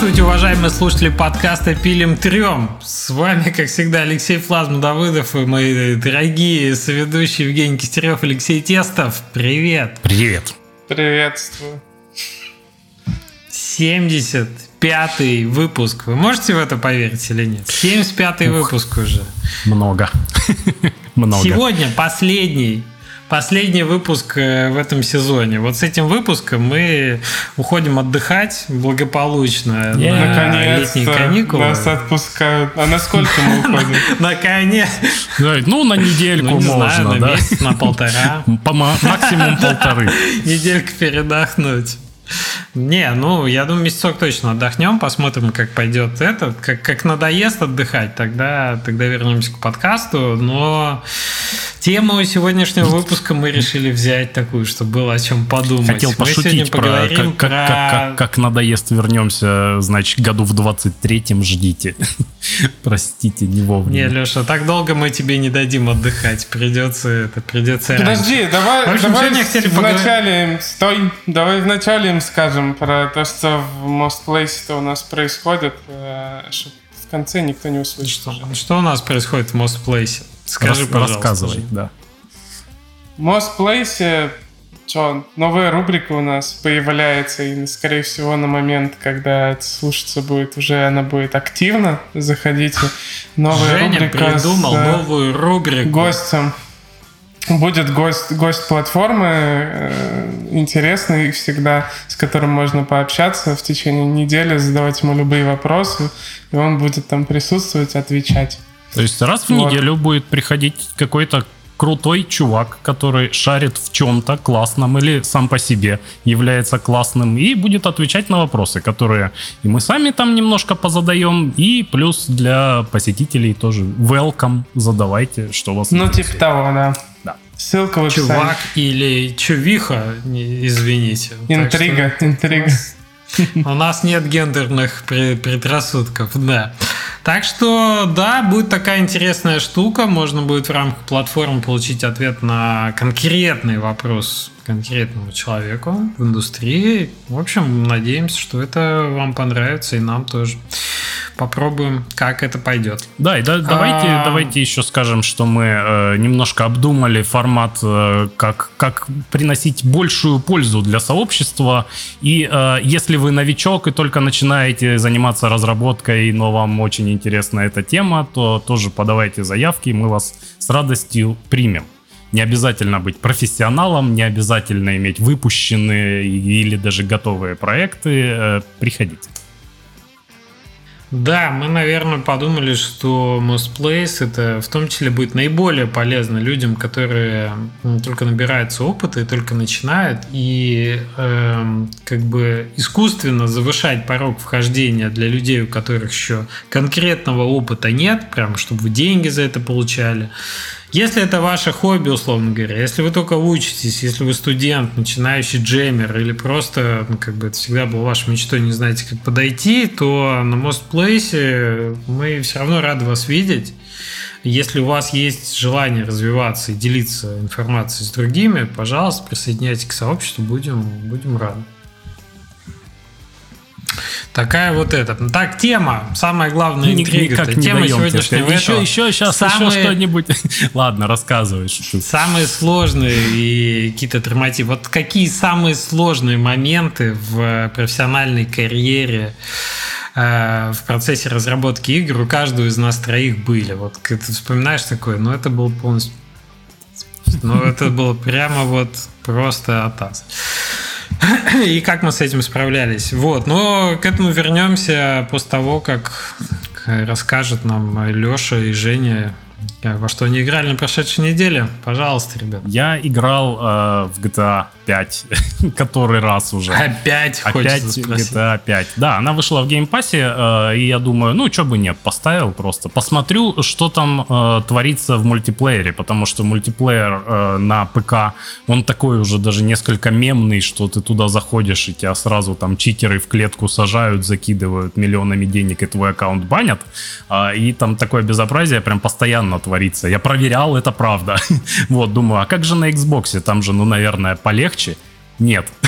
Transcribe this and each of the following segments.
Здравствуйте, уважаемые слушатели подкаста «Пилим трем». С вами, как всегда, Алексей Флазм-Давыдов и мои дорогие соведущие Евгений Кистерев и Алексей Тестов. Привет. Привет. Приветствую. 75-й выпуск. Вы можете в это поверить или нет? 75-й выпуск уже. Много. Много. Сегодня последний выпуск в этом сезоне. Вот с этим выпуском мы уходим отдыхать благополучно на летние каникулы. Нас отпускают. А на сколько мы уходим? Наконец. Ну, на недельку можно, да? На месяц, на полтора. Максимум полторы. Недельку передохнуть. Не, я думаю, месяцок точно отдохнем, посмотрим, как пойдет это. Как надоест отдыхать, тогда вернемся к подкасту. Но тему сегодняшнего выпуска мы решили взять такую, чтобы было о чем подумать. Хотел пошутить про как надоест, вернемся, значит, году в 23-м ждите. Простите, не вовремя. Не, Леша, так долго мы тебе не дадим отдыхать. Придется Подожди, давай вначале им скажем про то, что в Most Place-то у нас происходит, чтобы в конце никто не услышит. Что у нас происходит в Most Place? Скажи, пожалуйста. Рассказывай, да. В Most Place новая рубрика у нас появляется, и, скорее всего, на момент, когда это слушаться будет, уже она будет активно. Заходите. Новая Женя рубрика придумал новую рубрику. Гостем. Будет гость платформы, интересный всегда, с которым можно пообщаться в течение недели, задавать ему любые вопросы, и он будет там присутствовать, отвечать. То есть раз в неделю будет приходить какой-то крутой чувак, который шарит в чем-то классном или сам по себе является классным, и будет отвечать на вопросы, которые и мы сами там немножко позадаем, и плюс для посетителей тоже welcome, задавайте, что вас интересует. Типа того, да. Ссылка в описании. Чувак или чувиха, извините. Интрига. У нас нет гендерных предрассудков, да. Так что, да, будет такая интересная штука. Можно будет в рамках платформы получить ответ на конкретный вопрос конкретному человеку в индустрии. В общем, надеемся, что это вам понравится, и нам тоже. Попробуем, как это пойдет. Да, и давайте еще скажем, что мы немножко обдумали формат, как приносить большую пользу для сообщества. И если вы новичок и только начинаете заниматься разработкой, но вам очень интересна эта тема, то тоже подавайте заявки, и мы вас с радостью примем. Не обязательно быть профессионалом, не обязательно иметь выпущенные или даже готовые проекты. Приходите. Да, мы, наверное, подумали, что Most Place это в том числе будет наиболее полезно людям, которые только набираются опыта и только начинают, и искусственно завышать порог вхождения для людей, у которых еще конкретного опыта нет, прям чтобы вы деньги за это получали. Если это ваше хобби, условно говоря, если вы только учитесь, если вы студент, начинающий джеммер, или просто, это всегда было вашей мечтой, не знаете, как подойти, то на Most Place мы все равно рады вас видеть. Если у вас есть желание развиваться и делиться информацией с другими, пожалуйста, присоединяйтесь к сообществу, будем рады. Такая вот эта. Так, тема. Самая главная интрига. Тема сегодняшнего этого. Еще что-нибудь. Ладно, рассказывай. Самые сложные и какие-то травмативы. Вот какие самые сложные моменты в профессиональной карьере в процессе разработки игр у каждого из нас троих были? Вот ты вспоминаешь такое, это было полностью... это было прямо просто атас. И как мы с этим справлялись. Но к этому вернемся после того, как расскажет нам Леша и Женя, во что они играли на прошедшей неделе. Пожалуйста, ребят. Я играл в GTA 5, который раз уже. Опять GTA 5. Да, она вышла в геймпассе, и я думаю, что бы нет, поставил просто. Посмотрю, что там творится в мультиплеере, потому что мультиплеер на ПК, он такой уже даже несколько мемный, что ты туда заходишь, и тебя сразу там читеры в клетку сажают, закидывают миллионами денег, и твой аккаунт банят. И там такое безобразие прям постоянно творится. Я проверял, это правда. Думаю, а как же на Xbox? Там же, наверное, полегче. Нет.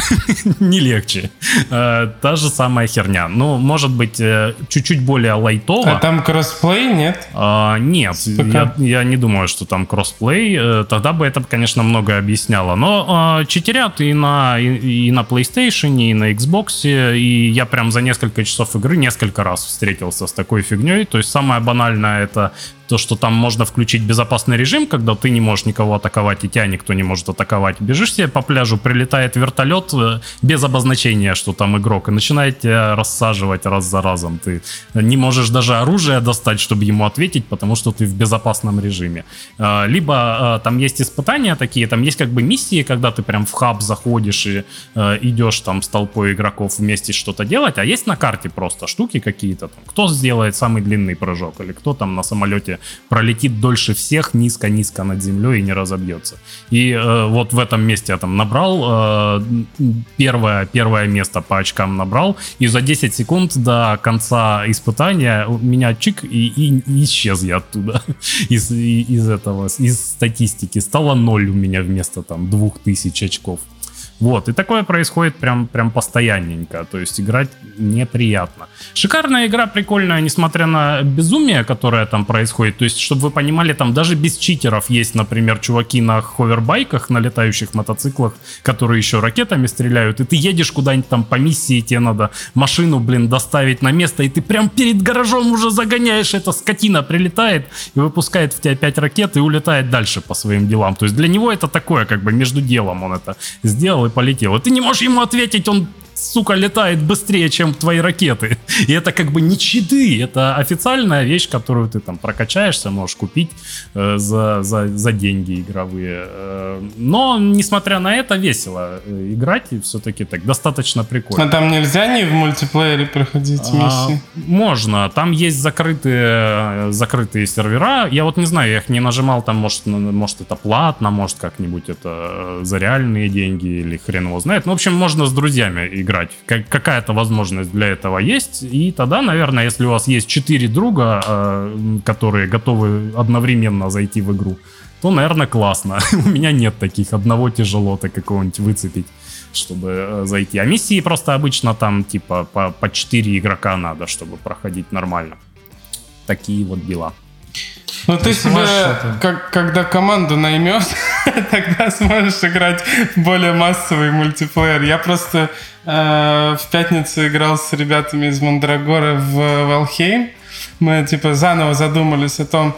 не легче. Та же самая херня. Ну, может быть, чуть-чуть более лайтово. А там кроссплей, нет? Нет, я не думаю, что там кроссплей. Тогда бы это, конечно, многое объясняло. Но читерят и на PlayStation, и на Xbox. И я прям за несколько часов игры несколько раз встретился с такой фигней. То есть самое банальное — это то, что там можно включить безопасный режим, когда ты не можешь никого атаковать, и тебя никто не может атаковать. Бежишь себе по пляжу, прилетает вертолет без обозначения, что там игрок, и начинает тебя рассаживать раз за разом. Ты не можешь даже оружие достать, чтобы ему ответить, потому что ты в безопасном режиме. Либо там есть испытания такие, там есть как бы миссии, когда ты прям в хаб заходишь и идешь там с толпой игроков вместе что-то делать, а есть на карте просто штуки какие-то. Там, кто сделает самый длинный прыжок, или кто там на самолете пролетит дольше всех низко-низко над землей и не разобьется. И вот в этом месте я там набрал первое место по очкам набрал, и за 10 секунд до конца испытания у меня чик, и исчез я оттуда из статистики. Стало 0 у меня вместо там 2000 очков. Вот, и такое происходит прям постоянненько, то есть играть неприятно. Шикарная игра, прикольная, несмотря на безумие, которое там происходит. То есть, чтобы вы понимали, там даже без читеров есть, например, чуваки на ховербайках, на летающих мотоциклах, которые еще ракетами стреляют, и ты едешь куда-нибудь там по миссии, тебе надо машину, доставить на место, и ты прям перед гаражом уже загоняешь, эта скотина прилетает и выпускает в тебя 5 ракет и улетает дальше по своим делам. То есть для него это такое, как бы между делом он это сделал и полетел. И ты не можешь ему ответить, он, сука, летает быстрее, чем твои ракеты. И это как бы не читы, это официальная вещь, которую ты там прокачаешься, можешь купить за деньги игровые. Но, несмотря на это, весело играть, и все-таки так достаточно прикольно. А там нельзя не в мультиплеере проходить миссии? Можно. Там есть закрытые сервера. Я вот не знаю, я их не нажимал, там может это платно, может как-нибудь это за реальные деньги или хрен его знает. Ну, в общем, можно с друзьями играть. Какая-то возможность для этого есть. И тогда, наверное, если у вас есть 4 друга, которые готовы одновременно зайти в игру, то, наверное, классно. У меня нет таких. Одного тяжело-то какого-нибудь выцепить, чтобы зайти. А миссии просто обычно там типа по 4 игрока надо, чтобы проходить нормально. Такие вот дела. Ну ты себе, когда команду наймешь, тогда сможешь играть в более массовый мультиплеер. Я просто в пятницу играл с ребятами из Мандрагоры в Valheim. Мы типа заново задумались о том,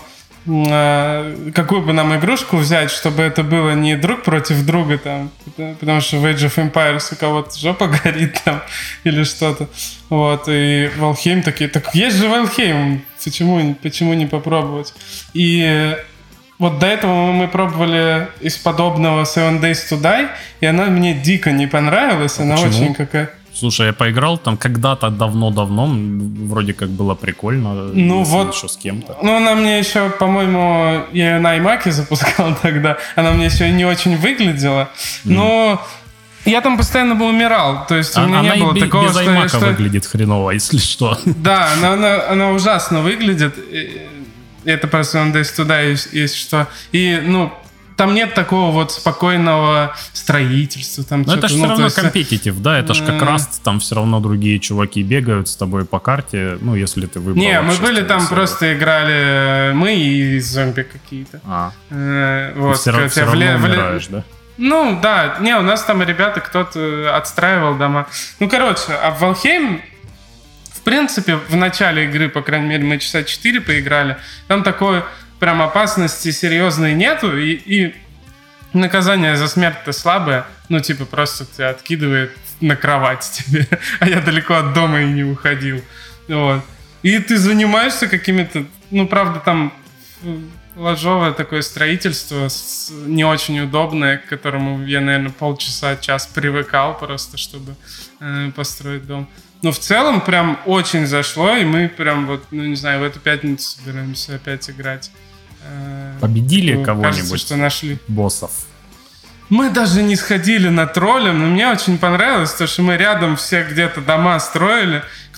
какую бы нам игрушку взять, чтобы это было не друг против друга там, потому что в Age of Empires у кого-то жопа горит там или что-то. Вот, и Valheim такие, так есть же Valheim, почему не попробовать? И вот до этого мы пробовали из подобного Seven Days to Die, и она мне дико не понравилась, она почему? Очень какая... Слушай, я поиграл там когда-то давно-давно, вроде как было прикольно, ну вот, еще с кем-то. Ну, она мне еще, по-моему, я ее на iMac'е запускал тогда, она мне еще не очень выглядела, но я там постоянно бы умирал, то есть у меня не было такого, без iMac'а выглядит хреново, если что. Да, она ужасно выглядит, это про Seven Days to Die, если что, и, ну, там нет такого вот спокойного строительства. Там но это же все равно компетитив, да? Это же как раз там все равно другие чуваки бегают с тобой по карте, ну, если ты выбрал. Не, мы были там, просто играли мы и зомби какие-то. Вот, все равно умираешь, да? Ну, да. Не, у нас там ребята, кто-то отстраивал дома. Ну, короче, а в Valheim, в принципе, в начале игры, по крайней мере, мы часа 4 поиграли, там такое... Прям опасности серьезной нету, и наказание за смерть-то слабое. Ну, типа, просто тебя откидывает на кровать тебе, а я далеко от дома и не уходил. Вот. И ты занимаешься какими-то... Ну, правда, там ложовое такое строительство, не очень удобное, к которому я, наверное, полчаса-час привыкал просто, чтобы построить дом. Но в целом прям очень зашло, и мы прям вот, ну, не знаю, в эту пятницу собираемся опять играть. Победили кого-нибудь? Кажется, что нашли боссов. Мы даже не сходили на тролля, но мне очень понравилось, то, что мы рядом все где-то дома строили.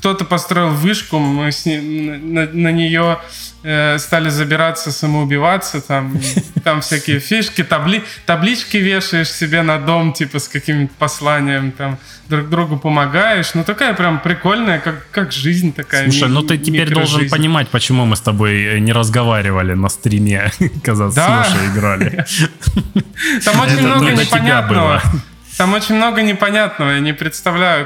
кто-то построил вышку, мы на нее стали забираться, самоубиваться, там всякие фишки, таблички вешаешь себе на дом, типа с каким-нибудь посланием, там друг другу помогаешь. Ну, такая прям прикольная, как жизнь такая. Слушай, ну ты теперь должен понимать, почему мы с тобой не разговаривали на стриме, когда с Лешей играли. Там очень много непонятного. Там очень много непонятного. Я не представляю,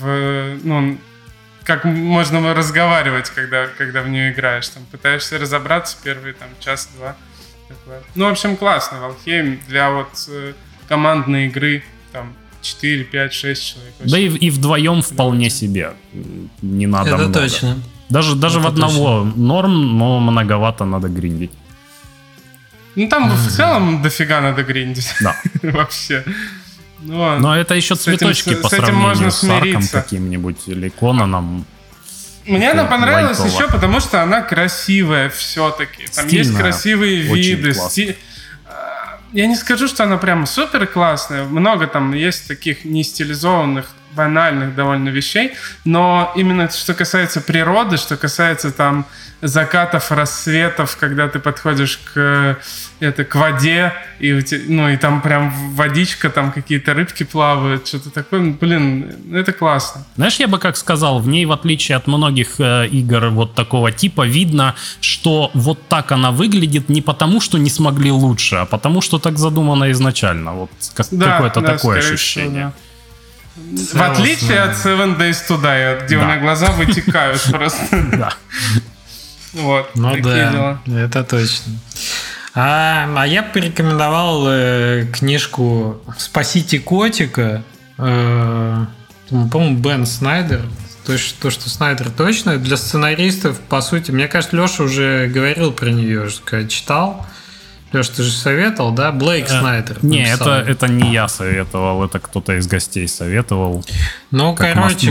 как можно разговаривать, когда в нее играешь. Там пытаешься разобраться первый час-два. Ну, в общем, классно. Valheim для командной игры там 4, 5, 6 человек. Да и вдвоем вполне себе. Не надо много. Это точно. Даже в одного точно. Норм, но многовато надо гриндить. Ну, там в целом дофига надо гриндить. Да. Вообще. Но это еще цветочки по сравнению с Арком каким-нибудь или Конаном. Мне она понравилась еще потому, что она красивая все-таки. Там стильная, есть красивые виды. Я не скажу, что она прям супер классная. Много там есть таких не стилизованных, банальных довольно вещей. Но именно что касается природы, что касается там закатов, рассветов, когда ты подходишь к воде, и там прям водичка, там какие-то рыбки плавают, что-то такое. Блин, это классно. Знаешь, я бы как сказал, в ней, в отличие от многих игр вот такого типа, видно, что вот так она выглядит не потому, что не смогли лучше, а потому, что так задумано изначально. Вот какое-то такое ощущение. В отличие от Seven Days to Die, где у меня глаза вытекают просто. Да. Вот, ну да, дела. Это точно. А я бы порекомендовал книжку «Спасите котика». По-моему, Бен Снайдер. То, что Снайдер точно. Для сценаристов, по сути, мне кажется, Леша уже говорил про нее, читал. Леш, ты же советовал, да? Блейк Снайдер. Не, это не я советовал, это кто-то из гостей советовал. Ну, короче,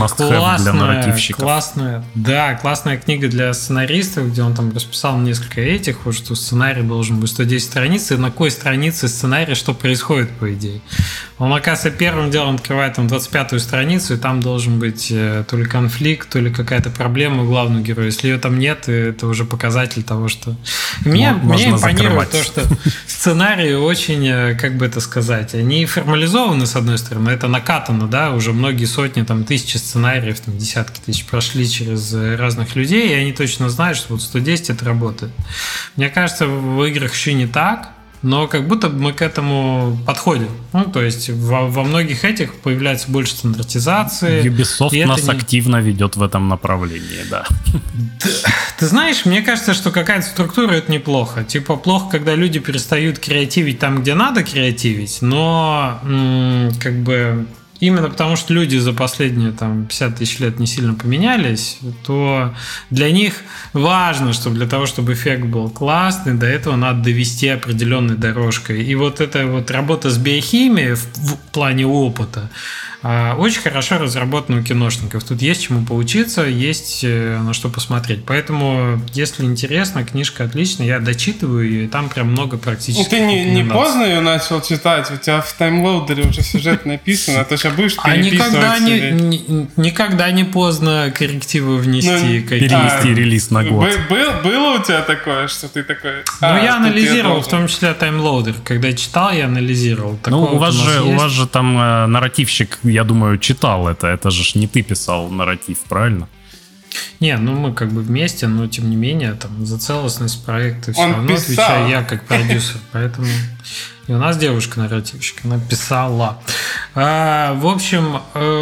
классная книга для сценаристов, где он там расписал несколько этих, вот что сценарий должен быть 110 страниц, и на какой странице сценария что происходит, по идее. Он, оказывается, первым делом открывает там 25-ю страницу, и там должен быть то ли конфликт, то ли какая-то проблема у главного героя. Если ее там нет, это уже показатель того, что... Мне импонирует то, что сценарии очень, как бы это сказать, они формализованы, с одной стороны, это накатано, да, уже многие сотни, там, тысячи сценариев, там, десятки тысяч прошли через разных людей, и они точно знают, что вот 110 это работает. Мне кажется, в играх еще не так, но как будто мы к этому подходим. Ну, то есть во многих этих появляется больше стандартизации. Ubisoft нас активно ведет в этом направлении, да. Ты знаешь, мне кажется, что какая-то структура — это неплохо. Типа плохо, когда люди перестают креативить там, где надо креативить, но как бы... Именно потому, что люди за последние там, 50 тысяч лет не сильно поменялись, то для них важно, чтобы для того, чтобы эффект был классный, до этого надо довести определенной дорожкой. И вот эта вот работа с биохимией в плане опыта очень хорошо разработана у киношников. Тут есть чему поучиться, есть на что посмотреть. Поэтому, если интересно, книжка отличная, я дочитываю ее, и там прям много практически. Ты не поздно ее начал читать? У тебя в таймлоудере уже сюжет написан, а ты же будешь переписывать. Никогда не поздно коррективы внести. Перенести релиз на год. Было у тебя такое, что ты такой... я анализировал, в том числе таймлоудер. Когда читал, я анализировал. Ну, у вас же там нарративщик, я думаю, читал это. Это же не ты писал нарратив, правильно? Не, мы как бы вместе, но тем не менее, там, за целостность проекта все равно отвечаю я как продюсер. Поэтому и у нас девушка-нарративщик, она писала. В общем,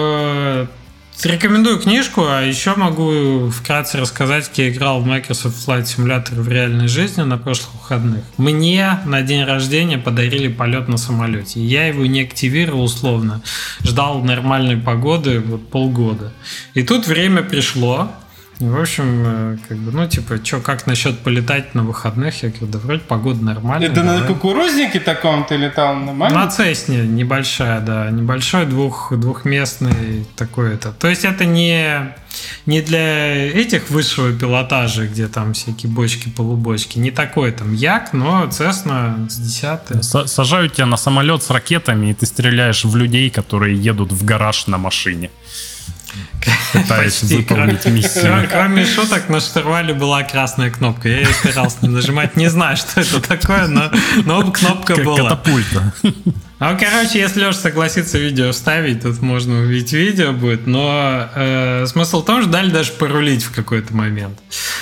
рекомендую книжку, а еще могу вкратце рассказать, как я играл в Microsoft Flight Simulator в реальной жизни на прошлых выходных. Мне на день рождения подарили полет на самолете. Я его не активировал условно. Ждал нормальной погоды полгода. И тут время пришло. И, в общем, как бы, как насчет полетать на выходных? Я говорю, да вроде погода нормальная. Это на кукурузнике таком ты летал нормально? На Цесне небольшая, да. Небольшой двухместный такой-то. То есть это не для этих высшего пилотажа, где там всякие бочки-полубочки. Не такой там Як, но Цесна с 10-й. Сажают тебя на самолет с ракетами, и ты стреляешь в людей, которые едут в гараж на машине. пытаясь выполнить миссию. Кроме шуток, на штурвале была красная кнопка. Я ее старался не нажимать. Не знаю, что это такое, но кнопка была. Катапульта. Короче, если Леша согласится видео вставить, тут можно увидеть видео будет, но смысл в том, что дали даже порулить в какой-то момент.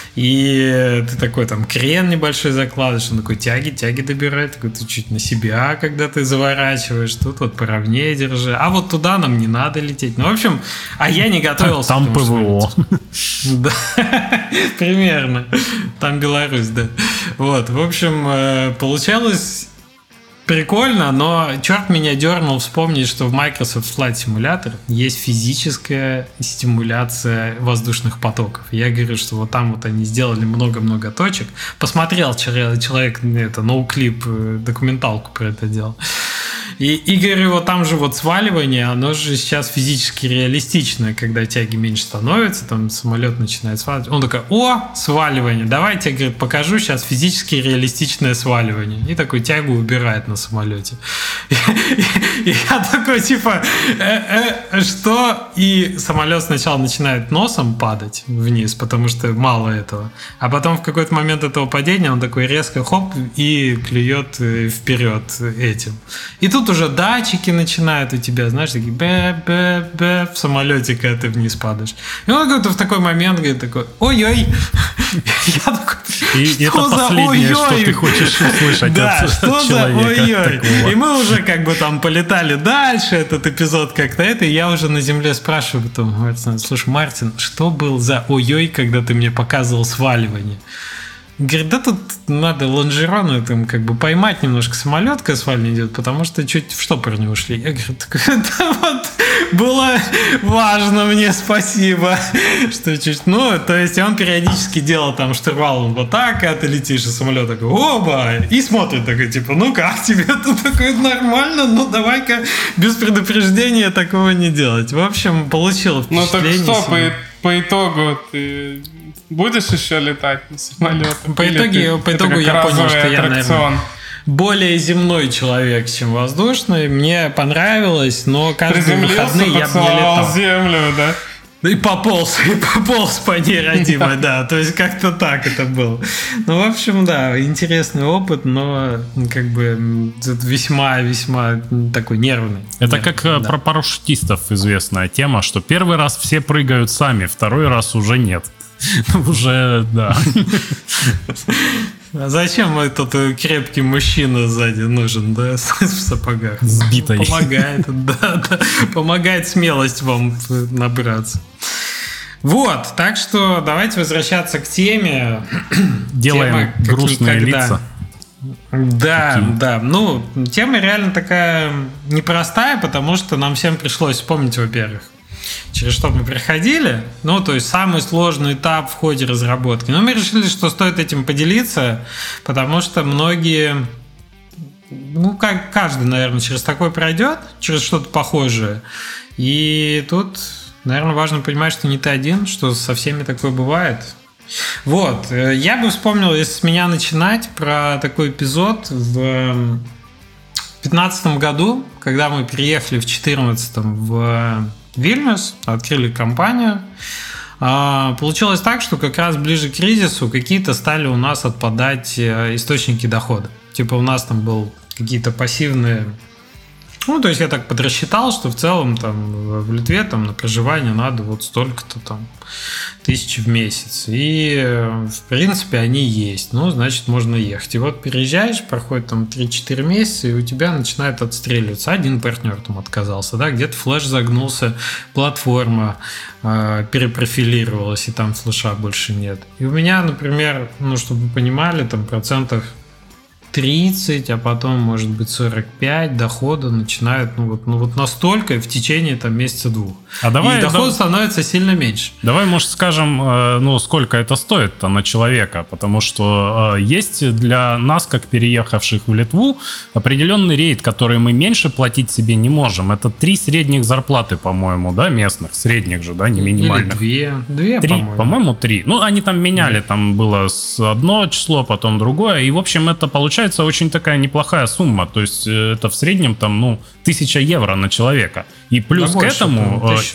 И ты такой там крен небольшой закладываешь, он такой тяги добирает, такой ты чуть на себя, когда ты заворачиваешь, тут вот поровнее держи, а вот туда нам не надо лететь. Ну, в общем, я не готовился. Там ПВО. Да, примерно. Там Беларусь, да. Вот, в общем, получалось... Прикольно, но черт меня дернул вспомнить, что в Microsoft Flight Simulator есть физическая стимуляция воздушных потоков. Я говорю, что вот там вот они сделали много-много точек. Посмотрел человек ноуклип, документалку про это делал. И говорю, вот там же вот сваливание, оно же сейчас физически реалистичное, когда тяги меньше становятся, там самолет начинает сваливать. Он такой, сваливание, давайте, я, говорит, покажу сейчас физически реалистичное сваливание. И такой тягу убирает на самолете. И я такой, типа, что? И самолет сначала начинает носом падать вниз, потому что мало этого. А потом в какой-то момент этого падения он такой резко хоп и клюет вперед этим. И тут уже датчики начинают у тебя, знаешь, такие бэ-бэ-бэ в самолете, когда ты вниз падаешь. И он какой-то в такой момент говорит такой, ой-ой. Я такой, и это последнее, что ты хочешь услышать от человека. Ой-ой. И мы уже как бы там полетали дальше, этот эпизод как-то и я уже на земле спрашиваю потом, слушай, Мартин, что был за ой-ой, когда ты мне показывал сваливание? Говорит, да тут надо лонжероны там как бы поймать немножко самолет, когда сваливание идет, потому что чуть в штопор не ушли. Я говорю, да вот было важно мне, спасибо, что чуть... то есть он периодически делал там штурвалом вот так, а ты летишь, и самолет такой, оба, и смотрит такой, типа, как тебе тут такое нормально, давай-ка без предупреждения такого не делать. В общем, получил впечатление. Ну так что, по итогу ты... Будешь еще летать на самолете? По итогу я понял, что я, наверное, более земной человек, чем воздушный. Мне понравилось, но каждые выходные я бы не летал. Землю, да? И пополз по ней, родимой, да. То есть как-то так это было. Ну, в общем, да, интересный опыт, но как бы весьма такой нервный. Это как про парашютистов известная тема, что первый раз все прыгают сами, второй раз уже нет. Уже, да. А зачем этот крепкий мужчина сзади нужен, да, в сапогах? Сбитый. Помогает, да, помогает смелость вам набраться. Вот, так что давайте возвращаться к теме. Делаем грустные лица. Да. Ну, тема реально такая непростая, потому что нам всем пришлось вспомнить, во-первых, через что мы проходили, то есть самый сложный этап в ходе разработки. Но мы решили, что стоит этим поделиться, потому что многие, как каждый, наверное, через такое пройдет, через что-то похожее. И тут, наверное, важно понимать, что не ты один, что со всеми такое бывает. Вот, я бы вспомнил, если с меня начинать, про такой эпизод в 2015 году, когда мы переехали в 2014 в Вильнюс, открыли компанию. Получилось так, что как раз ближе к кризису какие-то стали у нас отпадать источники дохода. Типа у нас там был какие-то пассивные... то есть я так подрасчитал, что в целом там в Литве там на проживание надо вот столько-то там тысяч в месяц. И в принципе они есть. Значит, можно ехать. И вот переезжаешь, проходит там 3-4 месяца, и у тебя начинает отстреливаться. Один партнер там отказался, да, где-то флеш загнулся, платформа перепрофилировалась, и там флеша больше нет. И у меня, например, чтобы вы понимали, там процентов 30, а потом, может быть, 45 дохода начинают, настолько в течение там месяца-двух. И доход становится сильно меньше. Давай, может, скажем, сколько это стоит на человека, потому что есть для нас, как переехавших в Литву, определенный рейд, который мы меньше платить себе не можем. Это 3 средних зарплаты, по-моему, да, местных, средних же, да, не минимальных. Или 2, 3, по-моему, 3. Они там меняли, там было одно число, потом другое, и, в общем, это получается очень такая неплохая сумма, то есть это в среднем там, 1000 евро на человека. И плюс к этому...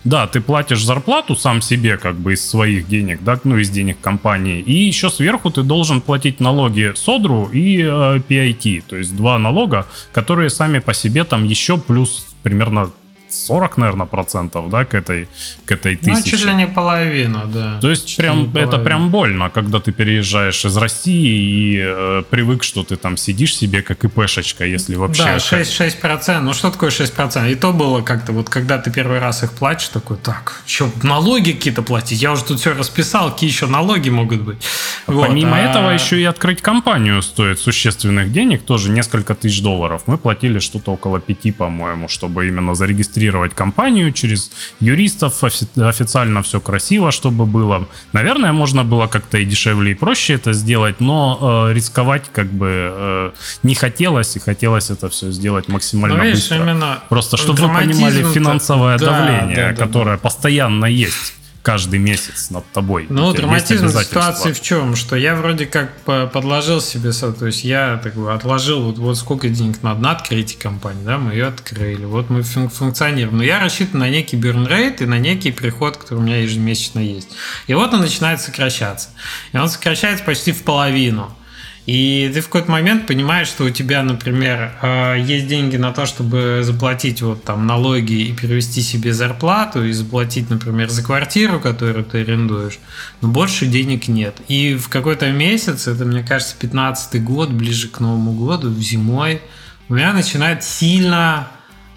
Да, ты платишь зарплату сам себе как бы из своих денег, да, ну из денег компании, и еще сверху ты должен платить налоги СОДРу и PIT, то есть 2 налога, которые сами по себе там еще плюс примерно 40, наверное, процентов, да, к этой тысяче. Ну, чуть ли не половину, да. То есть это прям больно, когда ты переезжаешь из России и привык, что ты там сидишь себе как ИПшечка, если вообще... Да, 6%. Ну, что такое 6%? И то было как-то, вот когда ты первый раз их платишь, такой, так, что, налоги какие-то платить? Я уже тут все расписал, какие еще налоги могут быть? Вот, помимо этого, еще и открыть компанию стоит существенных денег, тоже несколько $1000. Мы платили что-то около 5, по-моему, чтобы именно зарегистрировать компанию через юристов, официально все красиво, чтобы было. Наверное, можно было как-то и дешевле, и проще это сделать, но рисковать как бы не хотелось, и хотелось это все сделать максимально быстро. Именно просто чтобы вы понимали финансовое давление, которое постоянно есть каждый месяц над тобой. Ну, драматизм ситуации в чем? Что я вроде как подложил себе, то есть я так бы отложил вот сколько денег надо открыть компанию, да, мы ее открыли, вот мы функционируем. Но я рассчитан на некий burn rate и на некий приход, который у меня ежемесячно есть. И вот он начинает сокращаться. И он сокращается почти в половину. И ты в какой-то момент понимаешь, что у тебя, например, есть деньги на то, чтобы заплатить вот там налоги и перевести себе зарплату, и заплатить, например, за квартиру, которую ты арендуешь, но больше денег нет. И в какой-то месяц, это, мне кажется, 15-й год, ближе к Новому году, зимой, у меня начинает сильно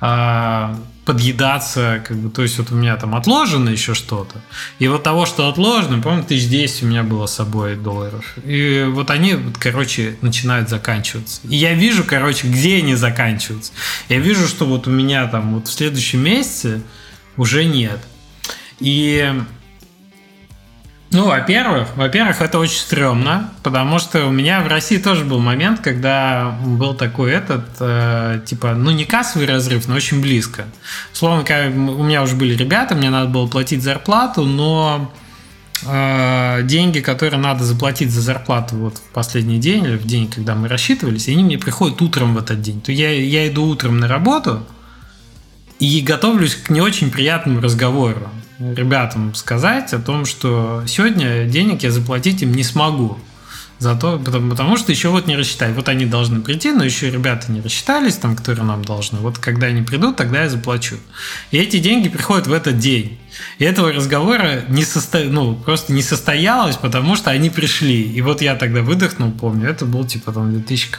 подъедаться, как бы, то есть вот у меня там отложено еще что-то, и вот того, что отложено, по-моему, 1010 у меня было с собой $, и вот они, короче, начинают заканчиваться. И я вижу, короче, где они заканчиваются. Я вижу, что вот у меня там вот в следующем месяце уже нет. И ну, во-первых, это очень стрёмно, потому что у меня в России тоже был момент, когда был такой типа, ну, не кассовый разрыв, но очень близко. Условно, у меня уже были ребята, мне надо было платить зарплату, но деньги, которые надо заплатить за зарплату вот в последний день или в день, когда мы рассчитывались, они мне приходят утром в этот день. То я иду утром на работу и готовлюсь к не очень приятному разговору. Ребятам сказать о том, что сегодня денег я заплатить им не смогу. Потому что еще вот не рассчитали. Вот они должны прийти, но еще ребята не рассчитались, там, которые нам должны. Вот когда они придут, тогда я заплачу. И эти деньги приходят в этот день. И этого разговора просто не состоялось, потому что они пришли. И вот я тогда выдохнул, помню, это был типа там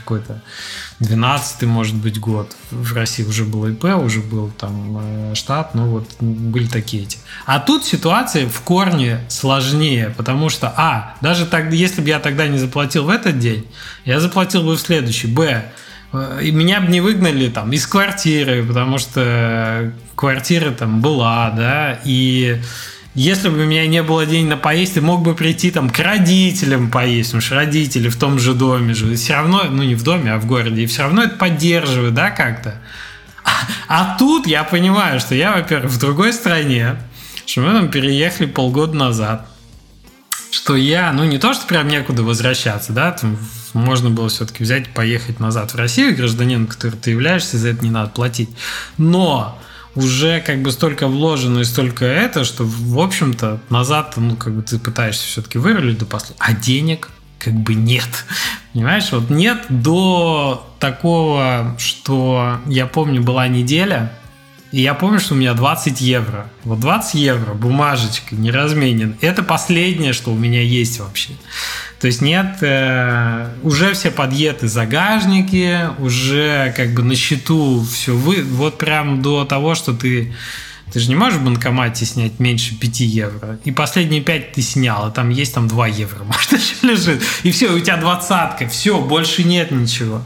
2012, может быть, год. В России уже был ИП, уже был там штат, ну вот были такие эти. А тут ситуация в корне сложнее, потому что, даже тогда, если бы я тогда не заплатил в этот день, я заплатил бы в следующий, и меня бы не выгнали там из квартиры, потому что квартира там была, да, и если бы у меня не было денег на поесть, я мог бы прийти там к родителям поесть, потому что родители в том же доме живут, и все равно, ну не в доме, а в городе, и все равно это поддерживают, да, как-то. А тут я понимаю, что я, во-первых, в другой стране, что мы там переехали полгода назад, что я, ну не то, что прям некуда возвращаться, да, там можно было все-таки взять и поехать назад в Россию, гражданин, который ты являешься, за это не надо платить, но уже как бы столько вложено и столько что, в общем-то, назад, ну, как бы ты пытаешься все-таки вырулить до последнего, а денег как бы нет. Понимаешь, вот нет до такого, что я помню, была неделя, и я помню, что у меня 20 евро. Вот 20 евро бумажечкой, не разменен. Это последнее, что у меня есть вообще. То есть нет, уже все подъеты загажники, уже как бы на счету все вот прям до того, что ты же не можешь в банкомате снять меньше 5 евро. И последние 5 ты снял, а там есть там 2 евро, может, еще лежит. И все, у тебя 20-ка, все, больше нет ничего.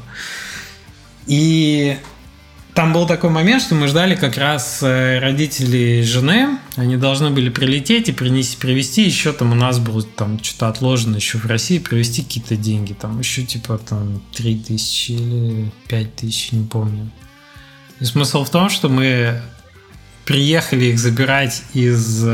И там был такой момент, что мы ждали как раз родителей жены. Они должны были прилететь и привезти еще там у нас было там что-то отложено еще в России, привезти какие-то деньги. Там еще типа там 3000 или 5000, не помню. И смысл в том, что мы приехали их забирать из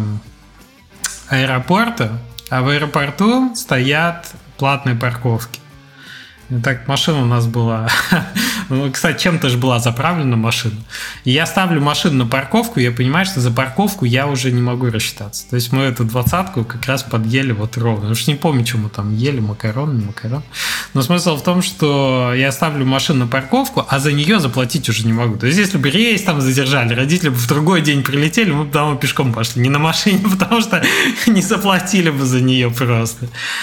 аэропорта, а в аэропорту стоят платные парковки. И так машина у нас была Ну, кстати, чем-то же была заправлена машина. И я ставлю машину на парковку, и я понимаю, что за парковку я уже не могу рассчитаться. То есть мы эту 20-ку как раз подъели вот ровно. Потому что не помню, что мы там ели, макарон, не макарон. Но смысл в том, что я ставлю машину на парковку, а за нее заплатить уже не могу. То есть если бы рейс там задержали, родители бы в другой день прилетели, мы бы домой пешком пошли. Не на машине, потому что не заплатили бы за нее просто.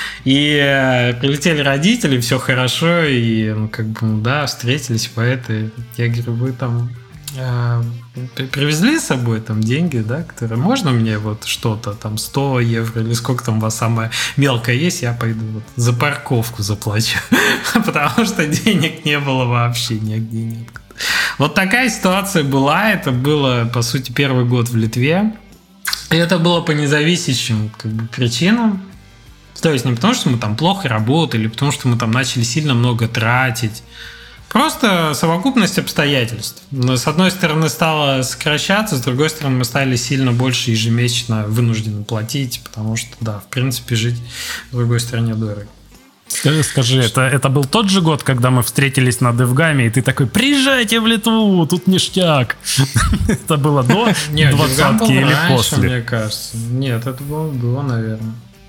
И прилетели родители, все хорошо, и встретились поэты. Я говорю, вы там привезли с собой там деньги, да, которые можно мне вот что-то, там 100 евро или сколько там у вас самое мелкое есть, я пойду вот за парковку заплачу, потому что денег не было вообще нигде нет. Вот такая ситуация была, это было, по сути, первый год в Литве, и это было по независящим причинам. То есть не потому, что мы там плохо работали, потому что мы там начали сильно много тратить. Просто совокупность обстоятельств. С одной стороны стало сокращаться, с другой стороны мы стали сильно больше ежемесячно вынуждены платить, потому что, да, в принципе, жить в другой стране дорого. Скажи, это был тот же год, когда мы встретились на DevGAM, и ты такой, приезжайте в Литву, тут ништяк. Это было до 20-ки или после? Мне кажется. Нет, это было до, наверное.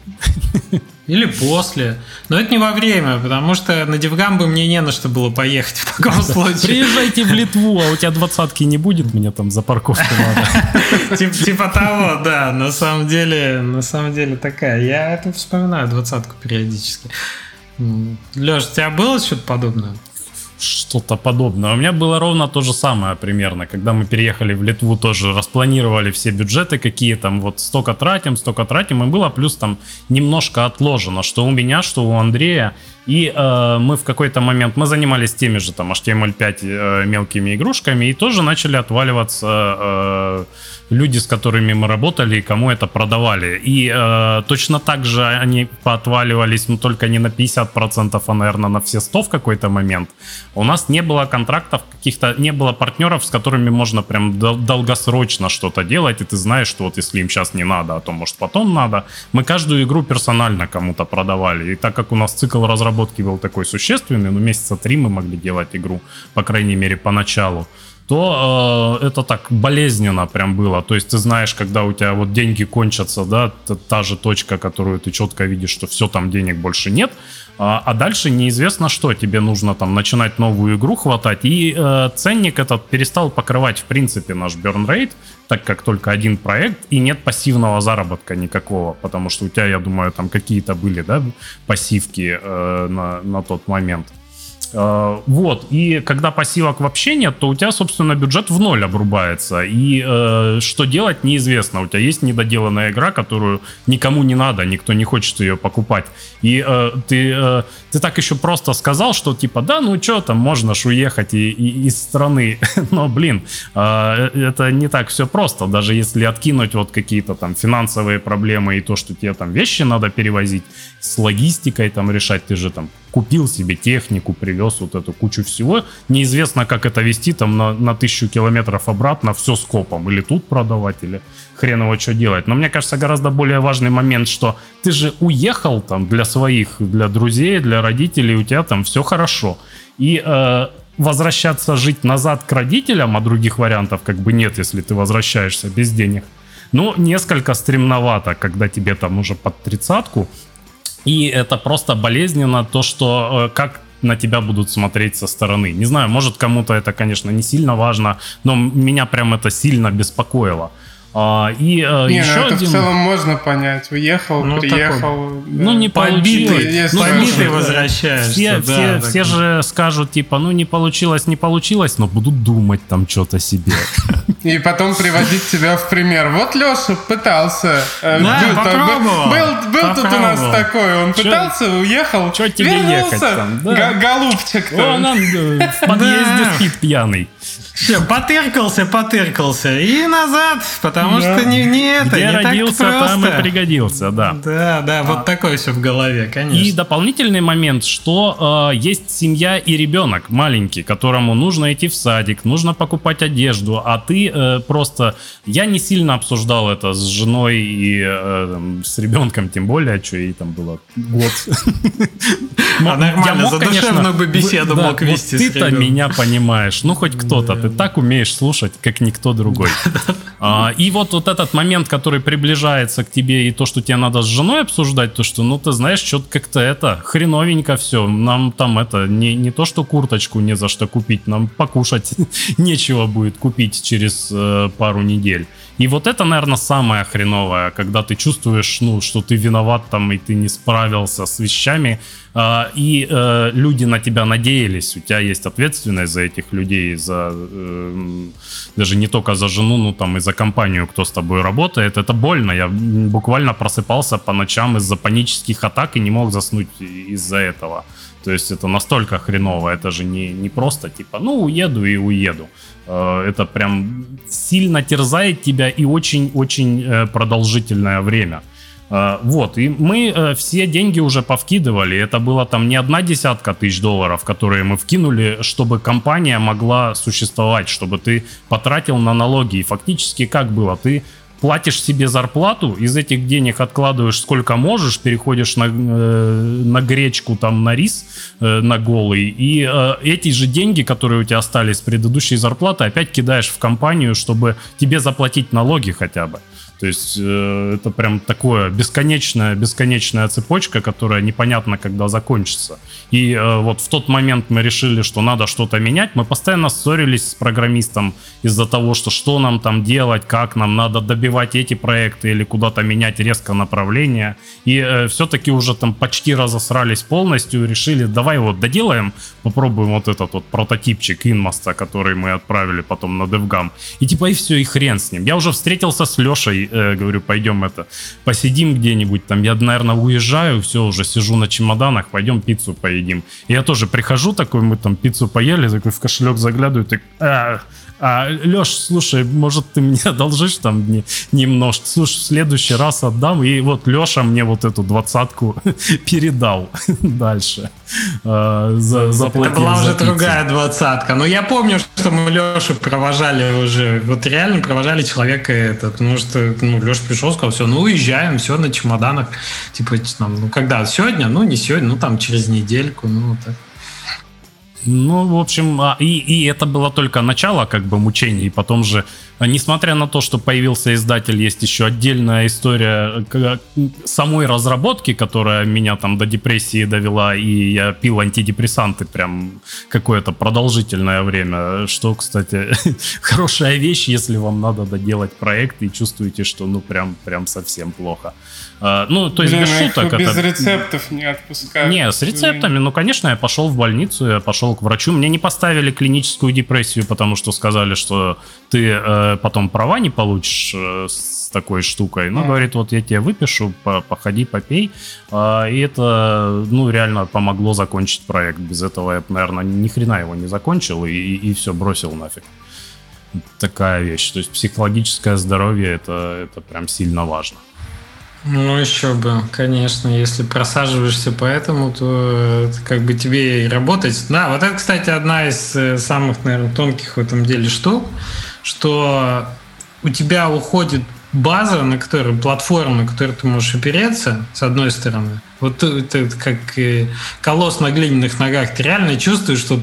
Или после. Но это не во время, потому что на DevGAM бы мне не на что было поехать в таком случае. Приезжайте в Литву, а у тебя 20-ки не будет, мне там за парковку надо. Типа того, да. На самом деле такая. Я это вспоминаю, 20-ку периодически. Лёш, у тебя было что-то подобное? Что-то подобное. У меня было ровно то же самое примерно. Когда мы переехали в Литву, тоже распланировали все бюджеты, какие там вот столько тратим, и было плюс там немножко отложено, что у меня, что у Андрея. И мы в какой-то момент, мы занимались теми же там HTML5 мелкими игрушками, и тоже начали отваливаться люди, с которыми мы работали, и кому это продавали. И точно так же они поотваливались, но только не на 50%, а, наверное, на все 100 в какой-то момент. У нас не было контрактов каких-то, не было партнеров, с которыми можно прям долгосрочно что-то делать, и ты знаешь, что вот если им сейчас не надо, а то, может, потом надо. Мы каждую игру персонально кому-то продавали. И так как у нас цикл разработки был такой существенный, месяца 3 мы могли делать игру, по крайней мере, поначалу, то это так болезненно прям было. То есть ты знаешь, когда у тебя вот деньги кончатся, да, та же точка, которую ты четко видишь, что все, там денег больше нет, а дальше неизвестно что, тебе нужно там начинать новую игру хватать, и ценник этот перестал покрывать в принципе наш burn rate, так как только один проект, и нет пассивного заработка никакого, потому что у тебя, я думаю, там какие-то были, да, пассивки на тот момент. Вот, и когда пассивок вообще нет, то у тебя, собственно, бюджет в ноль обрубается, и что делать неизвестно. У тебя есть недоделанная игра, которую никому не надо, никто не хочет ее покупать, и ты так еще просто сказал, что типа, да, ну что там, можно ж уехать из страны, но, блин, это не так все просто, даже если откинуть вот какие-то там финансовые проблемы и то, что тебе там вещи надо перевозить, с логистикой там решать, ты же там купил себе технику, привез вот эту кучу всего. Неизвестно, как это вести там на 1000 километров обратно, все скопом. Или тут продавать, или хрен его что делать. Но мне кажется, гораздо более важный момент, что ты же уехал там для своих, для друзей, для родителей, у тебя там все хорошо. И возвращаться жить назад к родителям, а других вариантов как бы нет, если ты возвращаешься без денег. Ну, несколько стремновато, когда тебе там уже под 30-ку. И это просто болезненно, то, что как на тебя будут смотреть со стороны. Не знаю, может, кому-то это, конечно, не сильно важно, но меня прям это сильно беспокоило. Еще это в целом можно понять. Уехал, приехал. Не получилось. Побитый возвращаешься. Все же скажут, типа, не получилось, но будут думать там что-то себе. И потом приводить тебя в пример. Вот Леша пытался. Попробовал. Был тут у нас такой. Он пытался, уехал. Что тебе ехать там? Голубчик. Он в подъезде спит пьяный. Все, потыркался и назад, потому что не это, где не родился, так просто. Там и пригодился, да. Да, вот такое все в голове, конечно. И дополнительный момент, что есть семья и ребенок маленький, которому нужно идти в садик, нужно покупать одежду, а ты просто... Я не сильно обсуждал это с женой и с ребенком, тем более, что ей там было год. Нормально, задушевную бы беседу мог вести. Вот ты-то меня понимаешь. Ну, хоть кто-то. Ты так умеешь слушать, как никто другой. И вот этот момент, который приближается к тебе, и то, что тебе надо с женой обсуждать, то, что, ну, ты знаешь, что-то как-то хреновенько все. Нам там не то, что курточку не за что купить, нам покушать нечего будет купить через пару недель. И вот это, наверное, самое хреновое, когда ты чувствуешь, ну, что ты виноват там, и ты не справился с вещами, и люди на тебя надеялись, у тебя есть ответственность за этих людей, даже не только за жену, ну, там, и за компанию, кто с тобой работает. Это больно. Я буквально просыпался по ночам из-за панических атак и не мог заснуть из-за этого. То есть это настолько хреново, это же не просто типа, ну, уеду и уеду. Это прям сильно терзает тебя и очень-очень продолжительное время. Вот, и мы все деньги уже повкидывали. Это было там не 1 десятка тысяч долларов, которые мы вкинули, чтобы компания могла существовать, чтобы ты потратил на налоги. И фактически как было? Ты платишь себе зарплату, из этих денег откладываешь сколько можешь, переходишь на гречку, там, на рис, на голый, и эти же деньги, которые у тебя остались с предыдущей зарплаты, опять кидаешь в компанию, чтобы тебе заплатить налоги хотя бы. То есть это прям такое бесконечная цепочка, которая непонятно, когда закончится. И вот в тот момент мы решили, что надо что-то менять. Мы постоянно ссорились с программистом из-за того, что нам там делать, как нам надо добивать эти проекты или куда-то менять резко направление. И все-таки уже там почти разосрались полностью, решили, давай вот доделаем, попробуем вот этот вот прототипчик Инмоста, который мы отправили потом на DevGam. И типа и все, и хрен с ним. Я уже встретился с Лешей, говорю, пойдем посидим где-нибудь там. Я, наверное, уезжаю, все, уже сижу на чемоданах, пойдем пиццу поедим. И я тоже прихожу такой, мы там пиццу поели, такой в кошелек заглядываю, так, Леш, слушай, может, ты мне одолжишь там немножко? Слушай, в следующий раз отдам. И вот Леша мне вот эту 20-ку передал дальше. Это была уже другая 20-ка. Но я помню, что мы Лешу провожали уже. Вот реально провожали человека этот. Потому что Леша пришел, сказал, все, ну уезжаем, все на чемоданах. Типа, ну когда? Сегодня? Ну не сегодня, ну там через недельку. Ну вот так. Ну, в общем, и это было только начало как бы мучений. Потом же, несмотря на то, что появился издатель, есть еще отдельная история самой разработки, которая меня там до депрессии довела, и я пил антидепрессанты прям какое-то продолжительное время. Что, кстати, хорошая вещь, если вам надо доделать проект и чувствуете, что ну прям совсем плохо. Ну, то есть без шуток. Без рецептов не отпускают. Не, с рецептами, ну, конечно, я пошел в больницу, я пошел к врачу. Мне не поставили клиническую депрессию, потому что сказали, что ты потом права не получишь с такой штукой. Ну, говорит, вот я тебе выпишу, походи, попей. И это, ну, реально помогло закончить проект. Без этого я, наверное, ни хрена его не закончил и все, бросил нафиг. Такая вещь. То есть психологическое здоровье это прям сильно важно. Ну, еще бы, конечно, если просаживаешься по этому, то как бы тебе и работать. Да, вот это, кстати, одна из самых, наверное, тонких в этом деле штук, что у тебя уходит база, на которой, платформа, на которой ты можешь опереться, с одной стороны. Вот это как колосс на глиняных ногах. Ты реально чувствуешь, что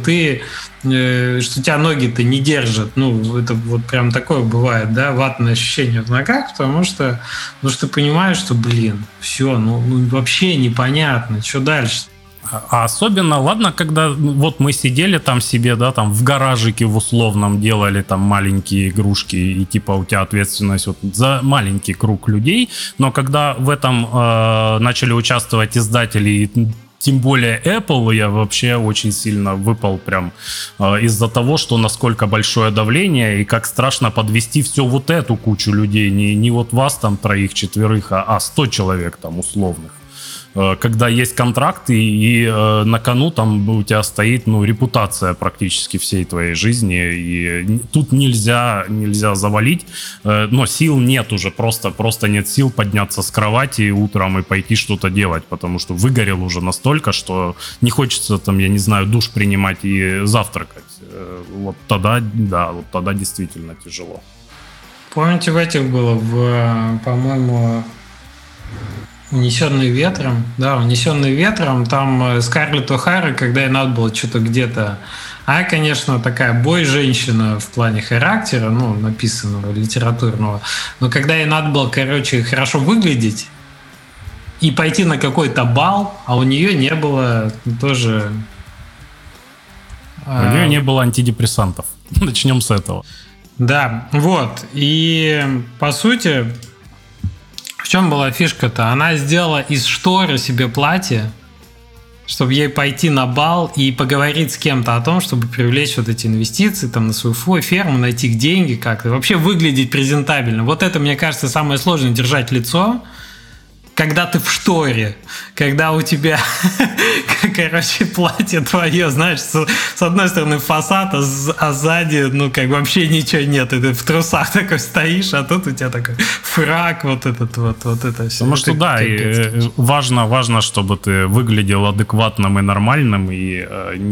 что тебя ноги-то не держат. Ну, это вот прям такое бывает, да, ватное ощущение в ногах, потому что ты понимаешь, что, все, ну вообще непонятно, что дальше. А особенно, ладно, когда вот мы сидели там себе, да, там в гаражике в условном делали там маленькие игрушки, и типа у тебя ответственность вот за маленький круг людей, но когда в этом начали участвовать издатели, тем более Apple, я вообще очень сильно выпал прям из-за того, что насколько большое давление и как страшно подвести всю вот эту кучу людей, не вот вас там 3-4, а 100 человек там условных. Когда есть контракты и на кону там у тебя стоит репутация практически всей твоей жизни, и тут нельзя завалить, но сил нет уже, просто нет сил подняться с кровати утром и пойти что-то делать, потому что выгорел уже настолько, что не хочется там, я не знаю, душ принимать и завтракать. Вот тогда действительно тяжело. Помните, в этих было, по-моему, «Унесенный ветром». Да, «Унесенный ветром». Там Скарлетт О'Хара, когда ей надо было что-то где-то... Она, конечно, такая бой-женщина в плане характера, ну, написанного, литературного. Но когда ей надо было, короче, хорошо выглядеть и пойти на какой-то бал, а у нее не было тоже... У нее не было антидепрессантов. Начнем с этого. Да, вот. И, по сути, в чем была фишка-то? Она сделала из шторы себе платье, чтобы ей пойти на бал и поговорить с кем-то о том, чтобы привлечь вот эти инвестиции там, на свою ферму, найти деньги как-то. Вообще выглядеть презентабельно. Вот это, мне кажется, самое сложное – держать лицо, когда ты в шторе, когда у тебя, короче, платье твое, знаешь, с одной стороны фасад, а сзади, ну, как вообще ничего нет. И ты в трусах такой стоишь, а тут у тебя такой фрак, вот этот вот это все. Потому что, да, и важно, чтобы ты выглядел адекватным и нормальным, и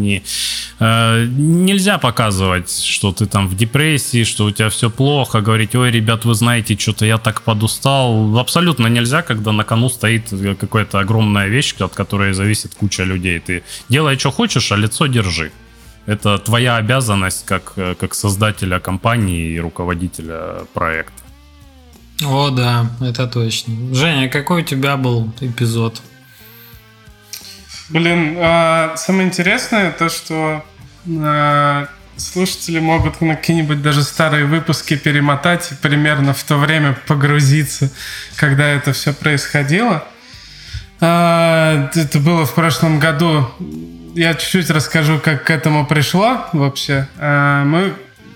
нельзя показывать, что ты там в депрессии, что у тебя все плохо, говорить: ой, ребят, вы знаете, что-то я так подустал. Абсолютно нельзя, когда на кону стоит какая-то огромная вещь, от которой зависит куча людей. Ты делай, что хочешь, а лицо держи. Это твоя обязанность как создателя компании и руководителя проекта. О, да, это точно. Женя, какой у тебя был эпизод? Блин, самое интересное то, что слушатели могут на какие-нибудь даже старые выпуски перемотать и примерно в то время погрузиться, когда это все происходило. Это было в прошлом году. Я чуть-чуть расскажу, как к этому пришло вообще. Мы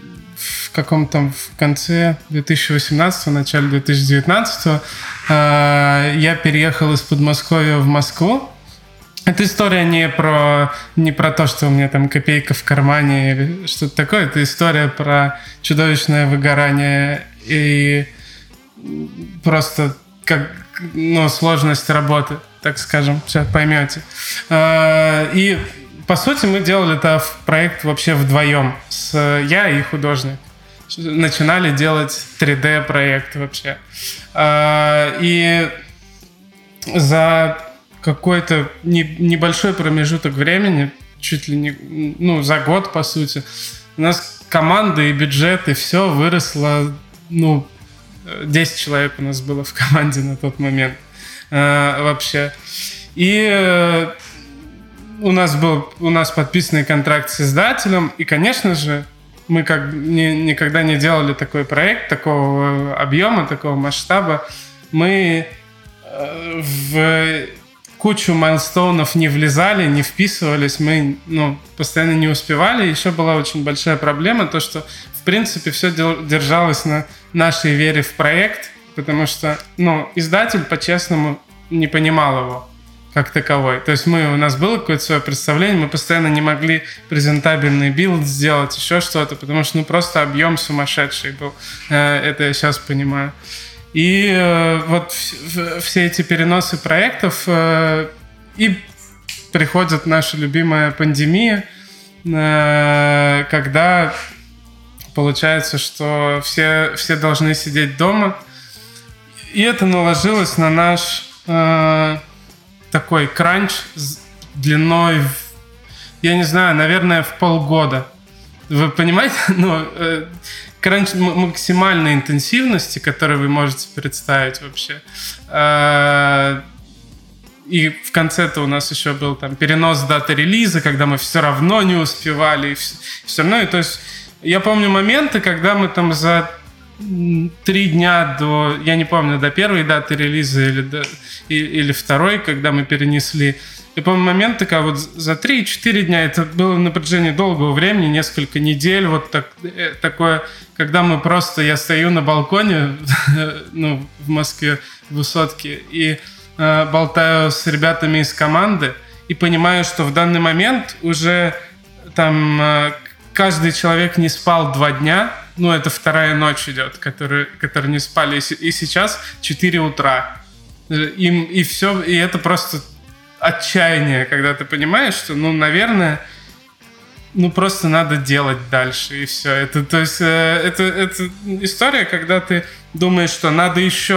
в конце 2018, начале 2019 я переехал из Подмосковья в Москву. Эта история не про то, что у меня там копейка в кармане или что-то такое. Это история про чудовищное выгорание и просто сложность работы, так скажем. Сейчас поймете. И, по сути, мы делали это проект вообще вдвоем. Я и художник. Начинали делать 3D-проект вообще. И за какой-то небольшой промежуток времени, чуть ли не, за год, по сути, у нас команда и бюджет, и все выросло, 10 человек у нас было в команде на тот момент вообще. И у нас подписанный контракт с издателем, и, конечно же, мы никогда не делали такой проект, такого объема, такого масштаба. Мы в кучу майлстоунов не влезали, не вписывались, мы постоянно не успевали. Еще была очень большая проблема, то, что, в принципе, все держалось на нашей вере в проект, потому что издатель, по-честному, не понимал его как таковой. То есть у нас было какое-то свое представление, мы постоянно не могли презентабельный билд сделать, еще что-то, потому что просто объем сумасшедший был. Это я сейчас понимаю. И вот все эти переносы проектов, и приходит наша любимая пандемия, когда получается, что все должны сидеть дома. И это наложилось на наш такой кранч с длиной, я не знаю, наверное, в полгода. Вы понимаете? Кранч максимальной интенсивности, которую вы можете представить вообще. И в конце-то у нас еще был там перенос даты релиза, когда мы все равно не успевали. И все равно. И, то есть я помню моменты, когда мы там за 3 дня до, я не помню, до первой даты релиза или второй, когда мы перенесли. Я помню моменты, когда вот за 3-4 дня, это было на протяжении долгого времени, несколько недель, вот такое, когда я стою на балконе, в Москве, в Высотке, и болтаю с ребятами из команды, и понимаю, что в данный момент уже там каждый человек не спал 2 дня, это вторая ночь идет, которые не спали, и сейчас 4 утра. И все, и это просто отчаяние, когда ты понимаешь, что, наверное, просто надо делать дальше, и все. Это история, когда ты думаешь, что надо еще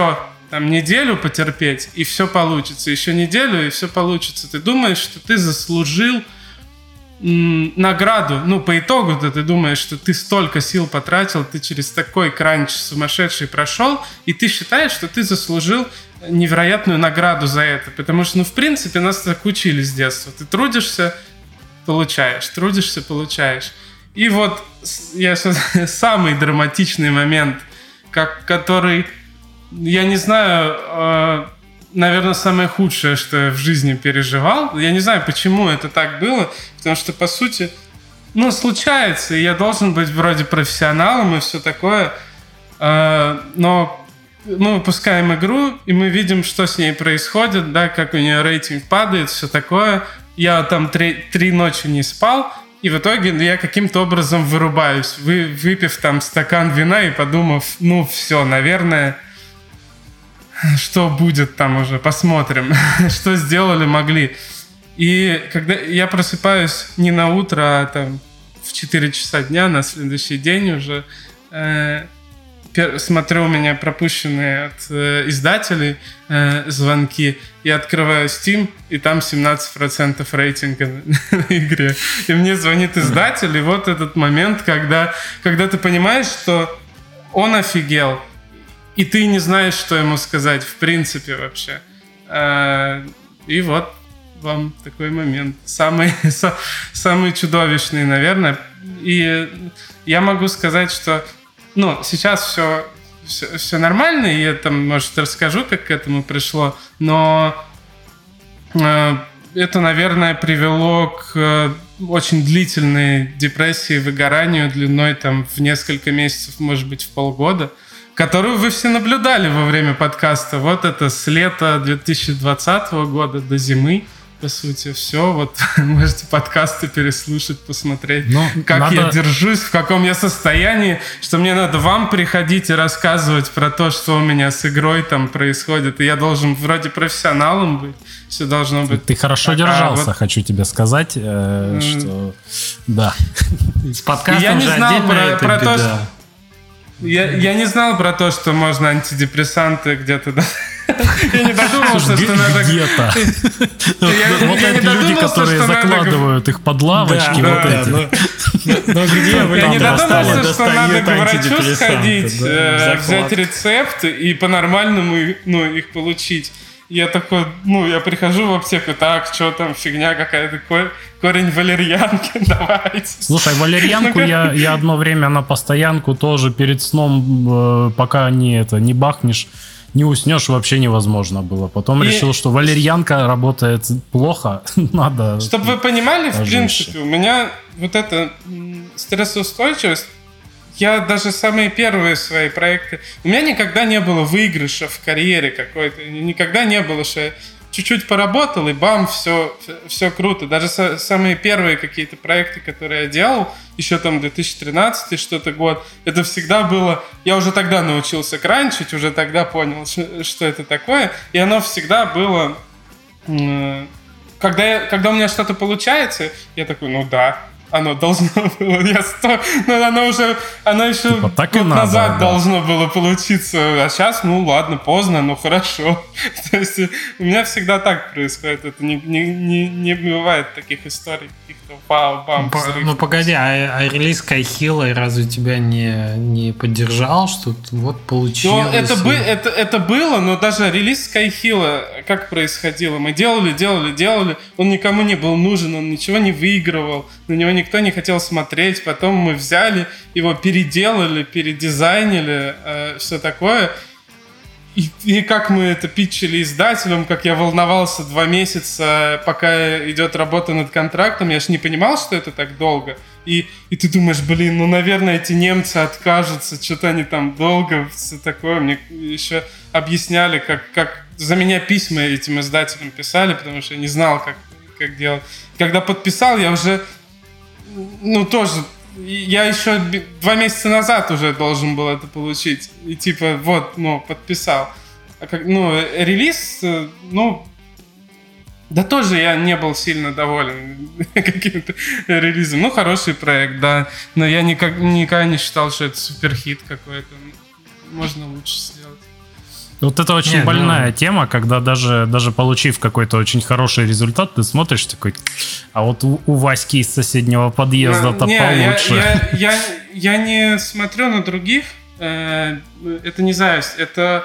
там неделю потерпеть, и все получится. Еще неделю, и все получится. Ты думаешь, что ты заслужил награду. Ну, по итогу-то ты думаешь, что ты столько сил потратил, ты через такой кранч сумасшедший прошел, и ты считаешь, что ты заслужил невероятную награду за это. Потому что, ну, в принципе, нас так учили с детства. Ты трудишься, получаешь. Трудишься, получаешь. И вот я самый драматичный момент, который, я не знаю, наверное, самое худшее, что я в жизни переживал. Я не знаю, почему это так было, потому что, по сути, ну, случается, и я должен быть вроде профессионалом и все такое, но мы выпускаем игру, и мы видим, что с ней происходит, да, как у нее рейтинг падает, все такое. Я там 3 ночи не спал, и в итоге я каким-то образом вырубаюсь, выпив там стакан вина и подумав, ну, все, наверное, что будет там уже, посмотрим, что сделали, могли. И когда я просыпаюсь не на утро, а там в 4 часа дня, на следующий день уже, смотрю, у меня пропущенные от издателей звонки, я открываю Steam, и там 17% рейтинга на игре. И мне звонит издатель, и вот этот момент, когда ты понимаешь, что он офигел, и ты не знаешь, что ему сказать, в принципе, вообще. И вот вам такой момент. Самый чудовищный, наверное. И я могу сказать, что сейчас все нормально, и я там, может, расскажу, как к этому пришло, но это, наверное, привело к очень длительной депрессии, выгоранию длиной там в несколько месяцев, может быть, в полгода, которую вы все наблюдали во время подкаста. Вот это с лета 2020 года до зимы, по сути, все. Вот можете подкасты переслушать, посмотреть, как я держусь, в каком я состоянии, что мне надо вам приходить и рассказывать про то, что у меня с игрой там происходит. И я должен вроде профессионалом быть. Все должно быть. Ты хорошо держался, хочу тебе сказать, что да. С подкастом же отдельная эта беда. Я не знал про то, что можно антидепрессанты где-то... Я не додумался, что надо... Где-то. Вот эти люди, которые закладывают их под лавочки, вот эти. Но где вы? Я не додумался, что надо к врачу сходить, взять рецепт и по-нормальному их получить. Я такой, я прихожу в аптеку, так, что там, фигня какая-то, корень валерьянки, давайте. Слушай, валерьянку я одно время на постоянку тоже перед сном, пока не бахнешь, не уснешь, вообще невозможно было. Потом решил, что валерьянка работает плохо, надо... Чтобы вы понимали, в принципе, у меня вот эта стрессоустойчивость, я даже самые первые свои проекты... У меня никогда не было выигрыша в карьере какой-то. Никогда не было, что я чуть-чуть поработал, и бам, все круто. Даже самые первые какие-то проекты, которые я делал, еще там 2013 что-то год, это всегда было... Я уже тогда научился кранчить, уже тогда понял, что это такое. И оно всегда было... Когда у меня что-то получается, я такой, да... Оно должно было, оно еще год назад должно было получиться, а сейчас, ладно, поздно, хорошо. То есть у меня всегда так происходит, это не бывает таких историй, каких-то вау-бам. Погоди, а релиз Skyhill разве тебя не поддержал, что вот получилось? Это было, но даже релиз Skyhill, как происходило, мы делали, он никому не был нужен, он ничего не выигрывал, на него никто не хотел смотреть. Потом мы взяли, его переделали, передизайнили, все такое. И как мы это питчили издателям, как я волновался 2 месяца, пока идет работа над контрактом. Я же не понимал, что это так долго. И ты думаешь, наверное, эти немцы откажутся, что-то они там долго, все такое. Мне еще объясняли, как за меня письма этим издателям писали, потому что я не знал, как делать. Когда подписал, я уже... тоже, я еще 2 месяца назад уже должен был это получить. И подписал. А релиз, да тоже я не был сильно доволен каким-то релизом. Хороший проект, да. Но я никогда не считал, что это суперхит какой-то. Можно лучше сделать. Вот это очень больная тема, когда даже получив какой-то очень хороший результат, ты смотришь такой, а вот у Васьки из соседнего подъезда-то получше. Я не смотрю на других, это не зависть, это...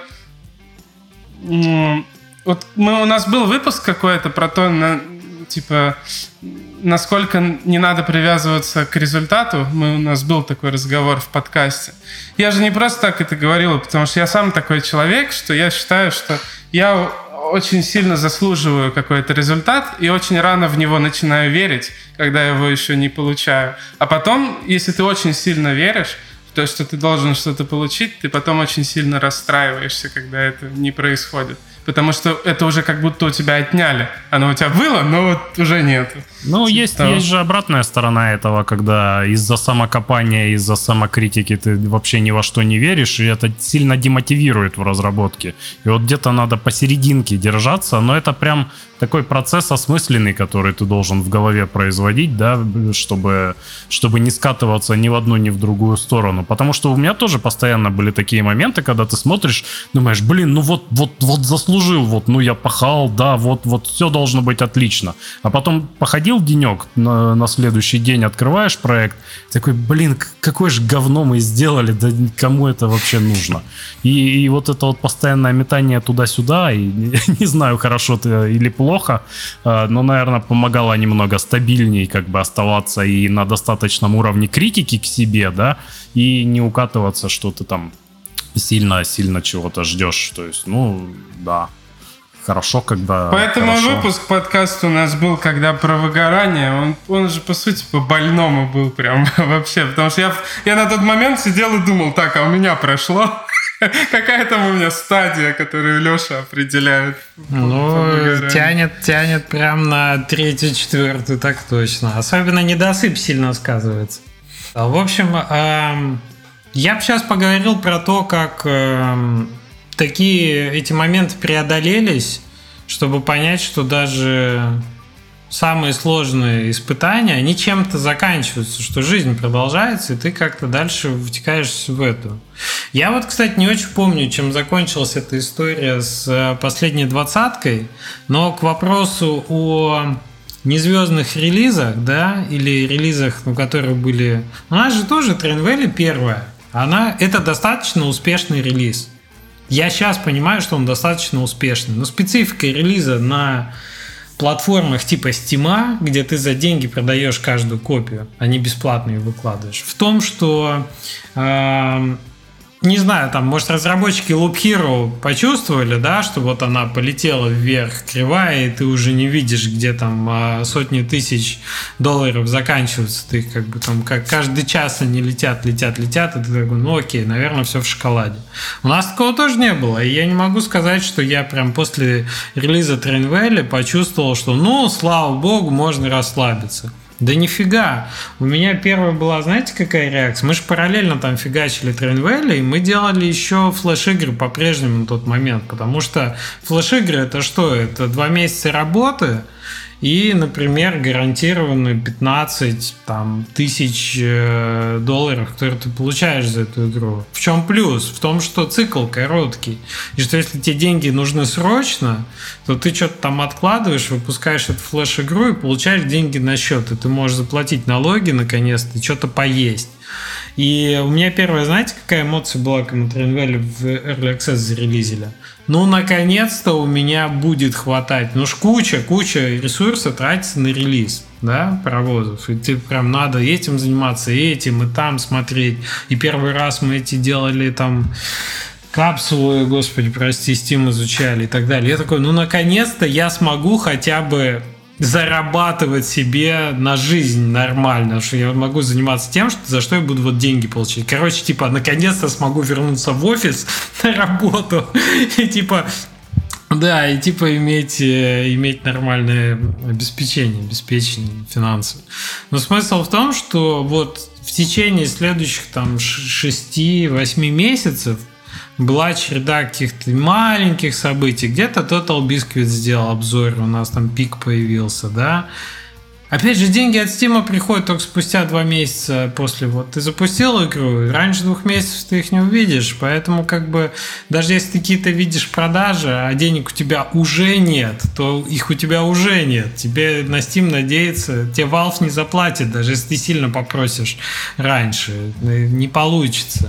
Вот у нас был выпуск какой-то про то, типа, насколько не надо привязываться к результату. У нас был такой разговор в подкасте. Я же не просто так это говорил, потому что я сам такой человек, что я считаю, что я очень сильно заслуживаю какой-то результат и очень рано в него начинаю верить, когда я его еще не получаю. А потом, если ты очень сильно веришь в то, что ты должен что-то получить, ты потом очень сильно расстраиваешься, когда это не происходит. Потому что это уже как будто у тебя отняли. Оно у тебя было, но вот уже нет. Ну, есть же обратная сторона этого, когда из-за самокопания, из-за самокритики ты вообще ни во что не веришь, и это сильно демотивирует в разработке. И вот где-то надо посерединке держаться, но это прям такой процесс осмысленный, который ты должен в голове производить, да, чтобы не скатываться ни в одну, ни в другую сторону. Потому что у меня тоже постоянно были такие моменты, когда ты смотришь, думаешь, блин, ну вот заслужил, вот, ну я пахал, да, вот все должно быть отлично. А потом походил денек, на следующий день открываешь проект, такой, блин, какое же говно мы сделали, да кому это вообще нужно? И вот это вот постоянное метание туда-сюда, и не знаю, хорошо ты или плохо, но, наверное, помогало немного стабильней как бы оставаться и на достаточном уровне критики к себе, да, и не укатываться, что ты там сильно чего-то ждешь. То есть, ну, да, хорошо, когда... Поэтому хорошо. Выпуск подкаста у нас был, когда про выгорание, он же, по сути, по-больному был прям вообще, потому что я на тот момент сидел и думал, так, а у меня прошло... Какая там у меня стадия, которую Леша определяет? Ну, тянет прям на 3-4, так точно. Особенно недосып сильно сказывается. В общем, я бы сейчас поговорил про то, как эти моменты преодолелись, чтобы понять, что даже самые сложные испытания, они чем-то заканчиваются, что жизнь продолжается, и ты как-то дальше втекаешь в эту. Я вот, кстати, не очень помню, чем закончилась эта история с последней 20-кой, но к вопросу о незвездных релизах, да, или релизах, которые были... У нас же тоже Train Valley первая, это достаточно успешный релиз. Я сейчас понимаю, что он достаточно успешный, но специфика релиза на платформах типа Steam, где ты за деньги продаешь каждую копию, а не бесплатно ее выкладываешь, в том, что не знаю, там, может, разработчики Loop Hero почувствовали, да, что вот она полетела вверх кривая, и ты уже не видишь, где там сотни тысяч долларов заканчиваются, ты как бы там, как каждый час они летят, и ты такой, ну окей, наверное, все в шоколаде. У нас такого тоже не было, и я не могу сказать, что я прям после релиза Train Valley почувствовал, что, ну, слава богу, можно расслабиться. Да нифига. У меня первая была, знаете, какая реакция? Мы же параллельно там фигачили Train Valley, и мы делали еще флеш-игры по-прежнему на тот момент, потому что флеш-игры это что? Это 2 месяца работы и, например, гарантированные 15 тысяч долларов, которые ты получаешь за эту игру. В чем плюс? В том, что цикл короткий. И что если тебе деньги нужны срочно, то ты что-то там откладываешь, выпускаешь эту флеш-игру и получаешь деньги на счет. И ты можешь заплатить налоги наконец-то и что-то поесть. И у меня первая, знаете, какая эмоция была, когда мы Train Valley в Early Access зарелизили? Ну, наконец-то у меня будет хватать. Ну, куча ресурсов тратится на релиз, да, паровозов. И ты прям надо этим заниматься, этим, и там смотреть. И первый раз мы делали там капсулы, господи, прости, Steam изучали и так далее. Я такой, ну, наконец-то я смогу хотя бы зарабатывать себе на жизнь нормально, что я могу заниматься тем, за что я буду вот деньги получать. Короче, типа, наконец-то смогу вернуться в офис на работу и типа, да, и типа иметь нормальное обеспечение финансовое. Но смысл в том, что вот в течение следующих там 6-8 месяцев была череда каких-то маленьких событий. Где-то Total Biscuit сделал обзор, у нас там пик появился, да. Опять же, деньги от Steam приходят только спустя 2 месяца после. Вот ты запустил игру, раньше 2 месяцев ты их не увидишь, поэтому как бы даже если ты какие-то видишь продажи, а денег у тебя уже нет, то их у тебя уже нет. Тебе на Steam надеяться, тебе Valve не заплатит, даже если ты сильно попросишь раньше. Не получится.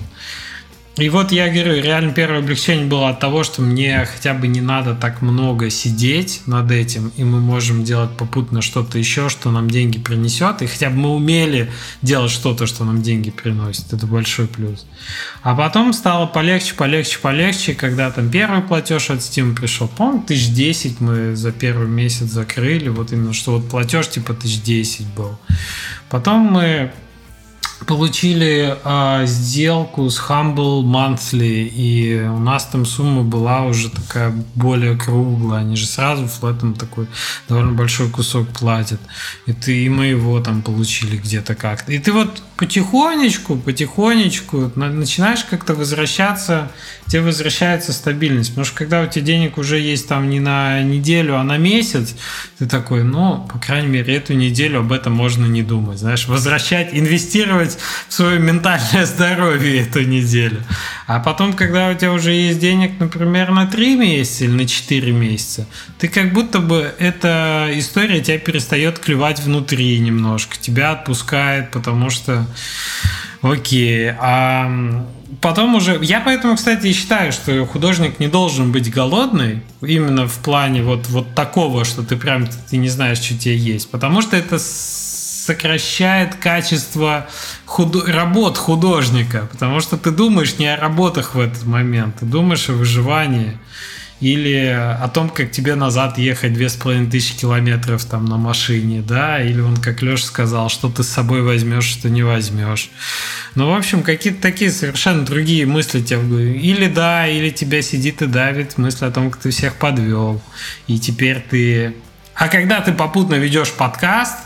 И вот я говорю, реально первое облегчение было от того, что мне хотя бы не надо так много сидеть над этим, и мы можем делать попутно что-то еще, что нам деньги принесет, и хотя бы мы умели делать что-то, что нам деньги приносит. Это большой плюс. А потом стало полегче, когда там первый платеж от Steam пришел. По-моему, 1010 мы за первый месяц закрыли, вот именно, что вот платеж типа 1010 был. Потом мы получили сделку с Humble Monthly, и у нас там сумма была уже такая более круглая. Они же сразу флетом такой довольно большой кусок платят. И мы его там получили где-то как-то. И ты вот потихонечку начинаешь как-то возвращаться, тебе возвращается стабильность. Потому что когда у тебя денег уже есть там не на неделю, а на месяц, ты такой, ну, по крайней мере, эту неделю об этом можно не думать. Знаешь, инвестировать в свое ментальное здоровье эту неделю. А потом, когда у тебя уже есть денег, например, на 3 месяца или на 4 месяца, ты как будто бы эта история тебя перестает клевать внутри немножко. Тебя отпускает, потому что окей. А потом уже... Я поэтому, кстати, считаю, что художник не должен быть голодный, именно в плане вот такого, что ты прям ты не знаешь, что у тебя есть. Потому что это сокращает качество работ художника, потому что ты думаешь не о работах в этот момент, ты думаешь о выживании или о том, как тебе назад ехать 2500 километров там на машине, да, или он, как Леша сказал, что ты с собой возьмешь, что не возьмешь. Ну, в общем, какие-то такие совершенно другие мысли тебя в голове. Или тебя сидит и давит мысль о том, как ты всех подвел, и теперь ты... А когда ты попутно ведешь подкаст,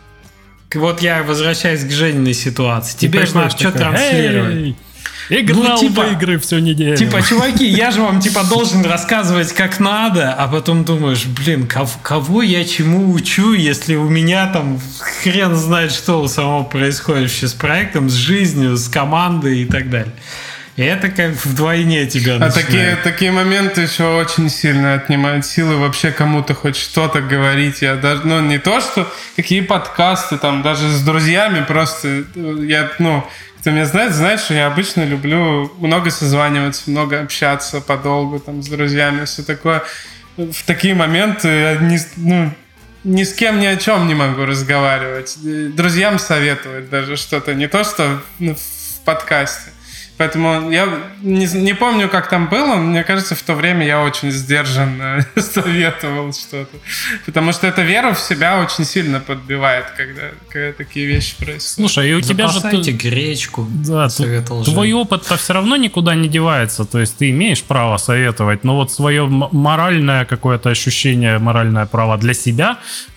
вот я возвращаюсь к Жениной ситуации. Тебе же надо что транслировать. Играл в игры всю неделю. Чуваки, я же вам должен рассказывать как надо, а потом думаешь, кого я чему учу, если у меня там хрен знает, что у самого происходит с проектом, с жизнью, с командой и так далее. И это как вдвойне тебя начинает. Такие моменты еще очень сильно отнимают силы вообще кому-то хоть что-то говорить. Я даже, не то, что какие подкасты, там, даже с друзьями просто, кто меня знает, что я обычно люблю много созваниваться, много общаться подолгу там, с друзьями, все такое. В такие моменты я ни с кем ни о чем не могу разговаривать. Друзьям советовать даже что-то, не то, что в подкасте. Поэтому я не помню, как там было. Мне кажется, в то время я очень сдержанно советовал что-то. Потому что эта вера в себя очень сильно подбивает, когда такие вещи происходят. Слушай, и у тебя же... гречку. Да, твой опыт-то все равно никуда не девается. То есть ты имеешь право советовать, но вот свое моральное какое-то ощущение, моральное право для себя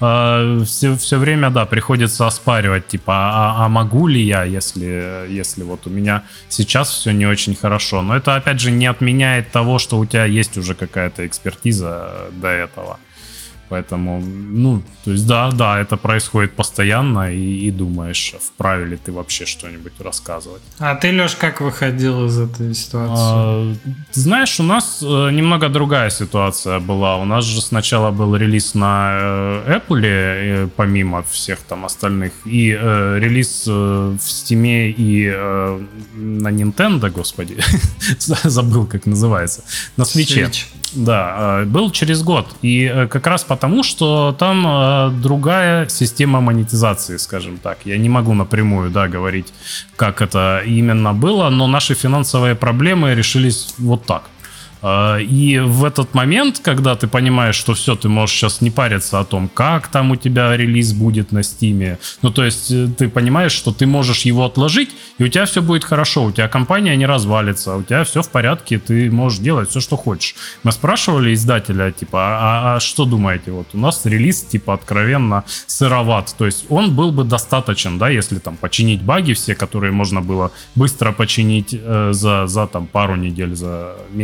все время, да, приходится оспаривать. Типа, а могу ли я, если вот у меня сейчас все не очень хорошо. Но это, опять же, не отменяет того, что у тебя есть уже какая-то экспертиза до этого. Поэтому, то есть, да, это происходит постоянно, и думаешь, вправе ли ты вообще что-нибудь рассказывать. А ты, Леш, как выходил из этой ситуации? Ты знаешь, у нас немного другая ситуация была. У нас же сначала был релиз на Apple, помимо всех там остальных, и релиз в Steam и на Nintendo, господи, забыл, как называется, на Switch. Да, был через год. И как раз потому, что там другая система монетизации, скажем так. Я не могу напрямую, говорить, как это именно было, но наши финансовые проблемы решились вот так. И в этот момент, когда ты понимаешь, что все, ты можешь сейчас не париться о том, как там у тебя релиз будет на Steam, то есть ты понимаешь, что ты можешь его отложить, и у тебя все будет хорошо, у тебя компания не развалится, у тебя все в порядке, ты можешь делать все, что хочешь. Мы спрашивали издателя, типа, а что думаете, вот у нас релиз, типа, откровенно сыроват, то есть он был бы достаточен, если там починить баги все, которые можно было быстро починить за там пару недель, за месяц максимум,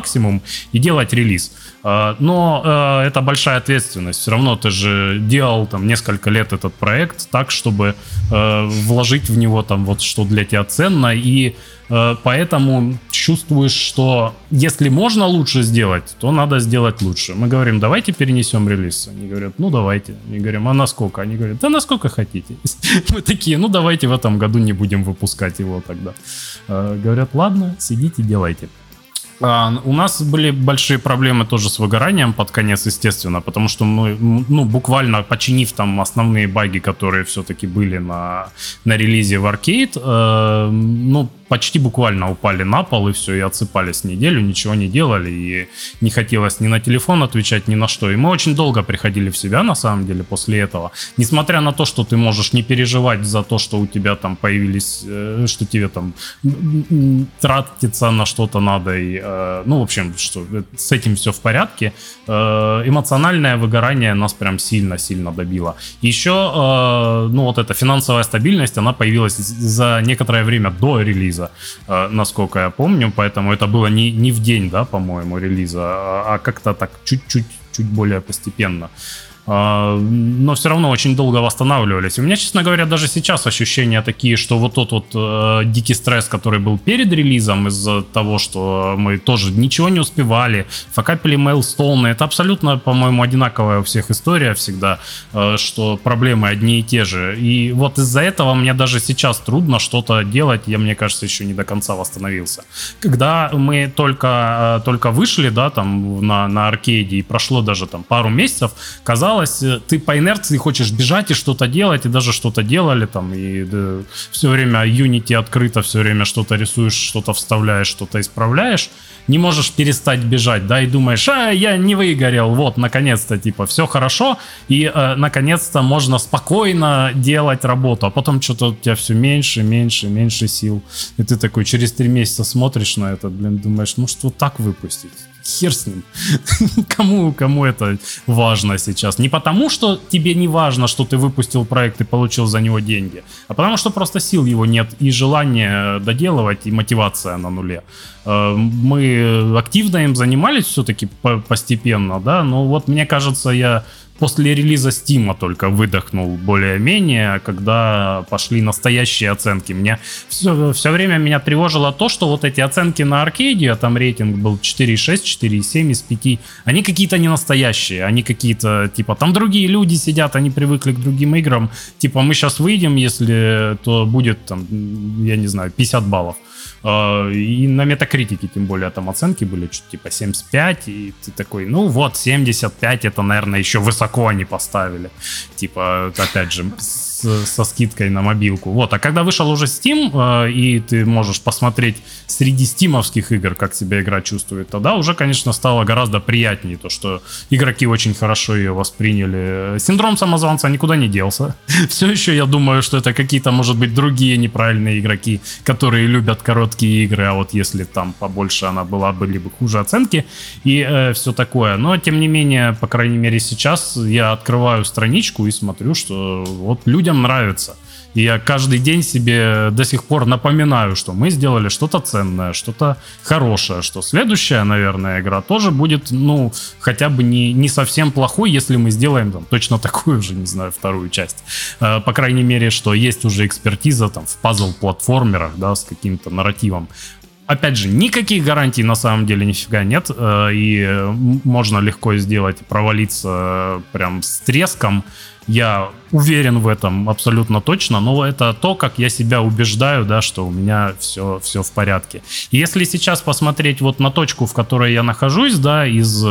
максимум и делать релиз. Но это большая ответственность. Все равно ты же делал там несколько лет этот проект так, чтобы вложить в него там вот что для тебя ценно, и поэтому чувствуешь, что если можно лучше сделать, то надо сделать лучше. Мы говорим, давайте перенесем релиз. Они говорят, ну давайте. Мы говорим, а насколько? Они говорят, да насколько хотите. Мы такие, ну давайте в этом году не будем выпускать его тогда. Говорят, ладно, сидите, делайте. У нас были большие проблемы тоже с выгоранием под конец, естественно, потому что мы, буквально починив там основные баги, которые все-таки были на релизе в Arcade, почти буквально упали на пол и все, и отсыпались неделю, ничего не делали, и не хотелось ни на телефон отвечать, ни на что. И мы очень долго приходили в себя, на самом деле, после этого. Несмотря на то, что ты можешь не переживать за то, что у тебя там появились, что тебе там тратиться на что-то надо, и, в общем, что с этим все в порядке. Эмоциональное выгорание нас прям сильно-сильно добило. Еще, эта финансовая стабильность, она появилась за некоторое время до релиза, насколько я помню, поэтому это было не в день, да, по-моему, релиза, а как-то так чуть-чуть более постепенно. Но все равно очень долго восстанавливались. У меня, честно говоря, даже сейчас ощущения такие, что вот тот дикий стресс, который был перед релизом, из-за того, что мы тоже ничего не успевали, факапили мейлстоуны, это абсолютно, по-моему, одинаковая у всех история всегда, что проблемы одни и те же. И вот из-за этого мне даже сейчас трудно что-то делать, я, мне кажется, еще не до конца восстановился. Когда мы только вышли, да, там на аркейде, и прошло даже там пару месяцев, казалось, ты по инерции хочешь бежать и что-то делать, и даже что-то делали там, и все время Unity открыто, все время что-то рисуешь, что-то вставляешь, что-то исправляешь, не можешь перестать бежать, да, и думаешь, я не выгорел, вот, наконец-то, типа, все хорошо, и наконец-то можно спокойно делать работу, а потом что-то у тебя все меньше сил, и ты такой через 3 месяца смотришь на это, думаешь, что так выпустить? Хер с ним. Кому это важно сейчас? Не потому, что тебе не важно, что ты выпустил проект и получил за него деньги, а потому что просто сил его нет и желания доделывать, и мотивация на нуле. Мы активно им занимались все-таки постепенно, да, но вот мне кажется, я после релиза Steam только выдохнул более-менее, когда пошли настоящие оценки. Все время меня тревожило то, что вот эти оценки на аркейде, а там рейтинг был 4,6, 4,7 из 5, они какие-то не настоящие, они какие-то, типа, там другие люди сидят, они привыкли к другим играм, типа, мы сейчас выйдем, если то будет, там, я не знаю, 50 баллов. И на Метакритике, тем более, там оценки были что-то типа 75, и ты такой, 75, это, наверное, еще высоко они поставили. Типа, опять же, со скидкой на мобилку. Вот, а когда вышел уже Steam, и ты можешь посмотреть среди стимовских игр, как себя игра чувствует, тогда уже, конечно, стало гораздо приятнее то, что игроки очень хорошо ее восприняли. Синдром самозванца никуда не делся. Все еще я думаю, что это какие-то, может быть, другие неправильные игроки, которые любят короткие игры, а вот если там побольше она была, были бы хуже оценки и все такое. Но, тем не менее, по крайней мере, сейчас я открываю страничку и смотрю, что вот людям нравится. И я каждый день себе до сих пор напоминаю, что мы сделали что-то ценное, что-то хорошее, что следующая, наверное, игра тоже будет, хотя бы не совсем плохой, если мы сделаем там точно такую же, не знаю, вторую часть. По крайней мере, что есть уже экспертиза там в пазл-платформерах, да, с каким-то нарративом. Опять же, никаких гарантий на самом деле нифига нет, и можно легко сделать, провалиться прям с треском. Я уверен в этом абсолютно точно, но это то, как я себя убеждаю, да, что у меня все в порядке. И если сейчас посмотреть вот на точку, в которой я нахожусь, да,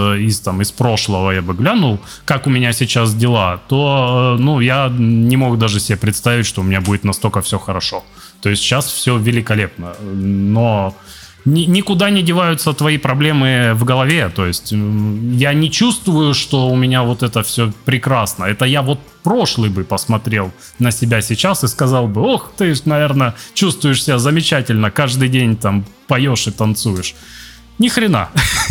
из прошлого я бы глянул, как у меня сейчас дела, то, я не мог даже себе представить, что у меня будет настолько все хорошо. То есть сейчас все великолепно, но никуда не деваются твои проблемы в голове. То есть я не чувствую, что у меня вот это все прекрасно. Это я вот прошлый бы посмотрел на себя сейчас и сказал бы: ох, ты, наверное, чувствуешь себя замечательно, каждый день там поешь и танцуешь. Ни хрена.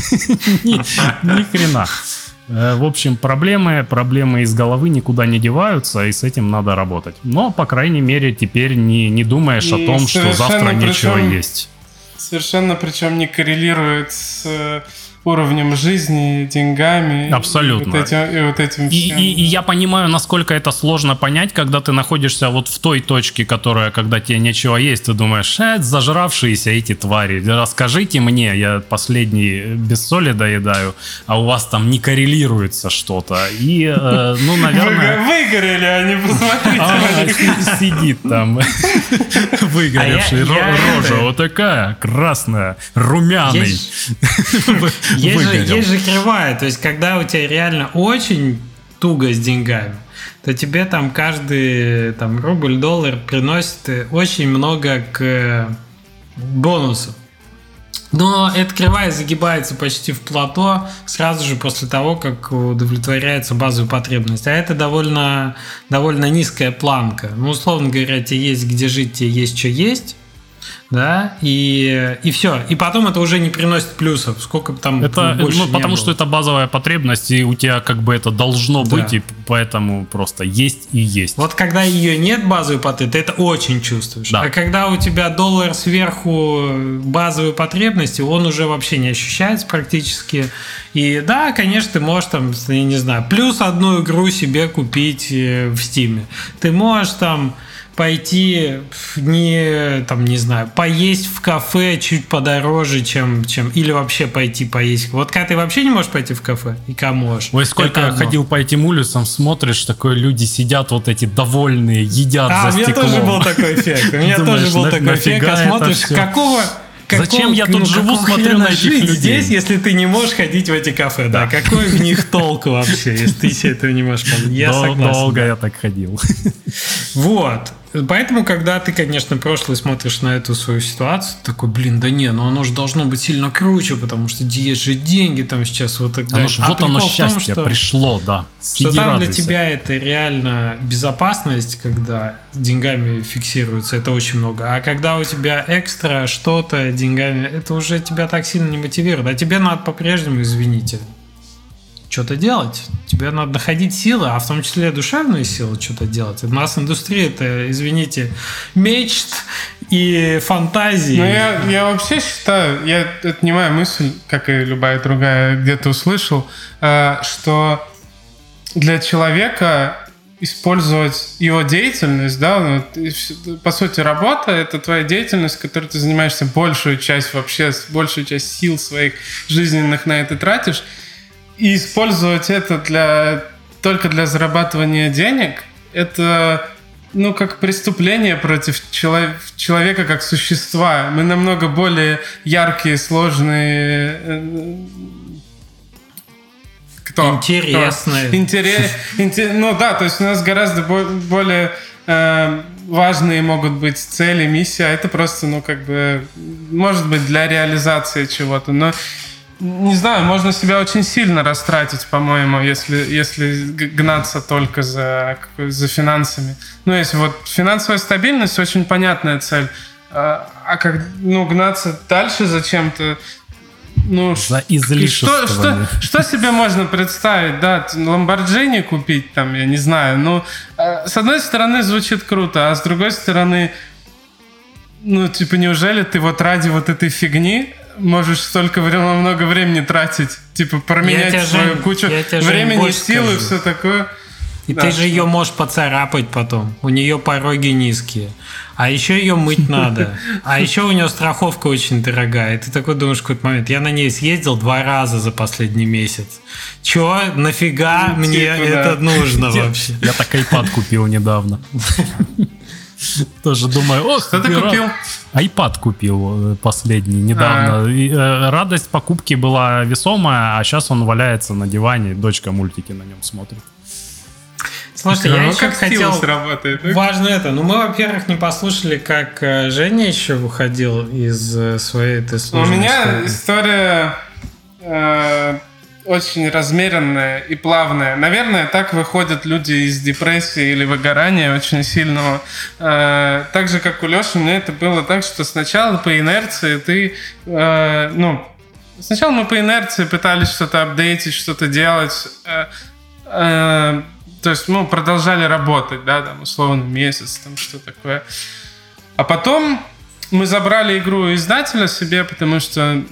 Ни хрена. В общем, проблемы из головы никуда не деваются, и с этим надо работать. Но, по крайней мере, теперь не думаешь о том, что завтра нечего есть. совершенно причем не коррелирует с уровнем жизни, деньгами. Абсолютно. И вот этим всем. И я понимаю, насколько это сложно понять, когда ты находишься вот в той точке, которая, когда тебе нечего есть, ты думаешь, зажравшиеся эти твари, расскажите мне, я последний без соли доедаю, а у вас там не коррелируется что-то. И, ну, наверное... Выгорели они, посмотрите. Сидит там выгоревший, рожа вот такая, красная, румяный. Есть же кривая, то есть когда у тебя реально очень туго с деньгами, то тебе там каждый там, рубль, доллар приносит очень много к бонусу. Но эта кривая загибается почти в плато сразу же после того, как удовлетворяется базовая потребность. А это довольно низкая планка. Ну, условно говоря, тебе есть где жить, тебе есть что есть. Да, и все. И потом это уже не приносит плюсов. Сколько бы там это, больше не потому было. Что это базовая потребность, и у тебя как бы это должно быть, и поэтому просто есть и есть. Вот когда ее нет, базовой потребности, ты это очень чувствуешь. Да. А когда у тебя доллар сверху базовой потребности, он уже вообще не ощущается практически. И да, конечно, ты можешь там, я не знаю, плюс одну игру себе купить в Steam. Ты можешь там пойти, не знаю, поесть в кафе чуть подороже, чем или вообще пойти поесть. Вот когда ты вообще не можешь пойти в кафе, и кому можешь. Ой, сколько я ходил по этим улицам, смотришь, такое люди сидят вот эти довольные, едят за стеклом. У меня тоже был такой эффект. У меня тоже был такой эффект. А смотришь, зачем я тут живу, смотрю на этих людей? Здесь, если ты не можешь ходить в эти кафе, да? Какой в них толк вообще, если ты себе этого не можешь понять? Я согласен. Долго я так ходил. Вот. Поэтому, когда ты, конечно, прошлый смотришь на эту свою ситуацию, такой, но оно же должно быть сильно круче, потому что есть же деньги там сейчас вот так далее. Вот оно счастье пришло, да. Что там для тебя это реально безопасность, когда деньгами фиксируется, это очень много. А когда у тебя экстра что-то деньгами, это уже тебя так сильно не мотивирует. А тебе надо по-прежнему, извините, что-то делать. Тебе надо находить силы, а в том числе душевные силы что-то делать. У нас индустрия, это, извините, мечт и фантазии. Ну, я вообще считаю, я отнимаю мысль, как и любая другая, где-то услышал, что для человека использовать его деятельность, да, по сути, работа — это твоя деятельность, которой ты занимаешься большую часть сил своих жизненных на это тратишь, и использовать это только для зарабатывания денег, это, как преступление против человека как существа. Мы намного более яркие, сложные... Интересные. То есть у нас гораздо более важные могут быть цели, миссия. Это просто, может быть, для реализации чего-то. Но не знаю, можно себя очень сильно растратить, по-моему, если гнаться только за финансами. Если финансовая стабильность очень понятная цель, а как гнаться дальше зачем-то, за излишествами. Что себе можно представить, да, Lamborghini купить, там, я не знаю, с одной стороны звучит круто, а с другой стороны, неужели ты ради этой фигни можешь столько много времени тратить, променять свою кучу времени, силы, все такое. И ты же ее можешь поцарапать потом. У нее пороги низкие. А еще ее мыть надо. А еще у нее страховка очень дорогая. И ты такой думаешь в какой-то момент, я на ней съездил 2 раза за последний месяц. Чё? Нафига мне это нужно вообще? Я так iPad купил недавно. Тоже думаю, что ты купил? iPad купил последний недавно. Радость покупки была весомая, а сейчас он валяется на диване, дочка мультики на нем смотрит. Слушайте, я еще хотел... Важно это. Мы, во-первых, не послушали, как Женя еще выходил из своей этой сложной истории. У меня история очень размеренная и плавная. Наверное, так выходят люди из депрессии или выгорания очень сильного. Так же, как у Леши, мне это было так, что сначала по инерции сначала мы по инерции пытались что-то апдейтить, что-то делать. То есть, продолжали работать, да, там, условно, месяц, там, что такое. А потом мы забрали игру издателя себе, потому что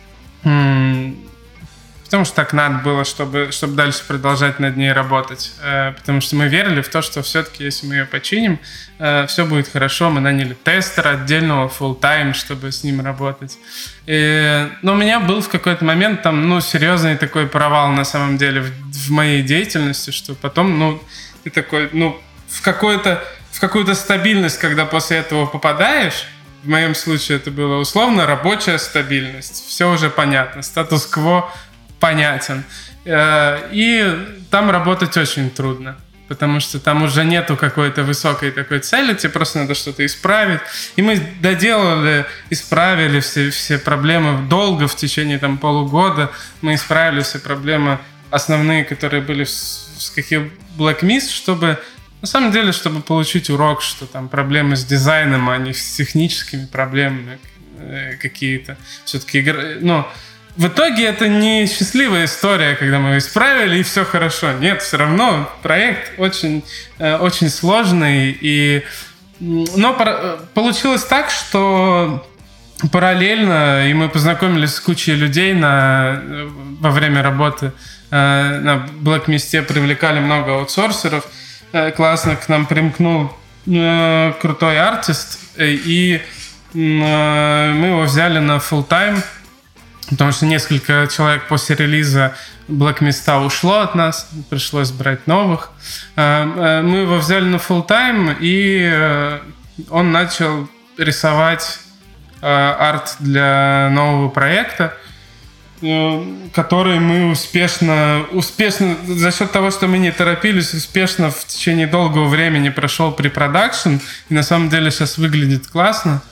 так надо было, чтобы дальше продолжать над ней работать. Потому что мы верили в то, что все-таки, если мы ее починим, все будет хорошо. Мы наняли тестера отдельного full-time, чтобы с ним работать. Но у меня был в какой-то момент там, серьезный такой провал на самом деле в моей деятельности, что потом, ты такой, в какую-то стабильность, когда после этого попадаешь. В моем случае это было условно рабочая стабильность. Все уже понятно. Статус-кво понятен. И там работать очень трудно, потому что там уже нету какой-то высокой такой цели, тебе просто надо что-то исправить. И мы доделали, исправили все проблемы долго, в течение полугода. Мы исправили все проблемы основные, которые были в каких Black Mist, чтобы получить урок, что там проблемы с дизайном, а не с техническими проблемами какие-то. Все-таки в итоге это не счастливая история, когда мы исправили и все хорошо. Нет, все равно проект очень, очень сложный. Но получилось так, что параллельно, и мы познакомились с кучей людей во время работы на Black Mist, привлекали много аутсорсеров. Классно к нам примкнул крутой артист, и мы его взяли на full-time, потому что несколько человек после релиза Black Mist ушло от нас, пришлось брать новых. Мы его взяли на full-time, и он начал рисовать арт для нового проекта, который мы успешно, за счет того, что мы не торопились, успешно в течение долгого времени прошел препродакшн, и на самом деле сейчас выглядит классно.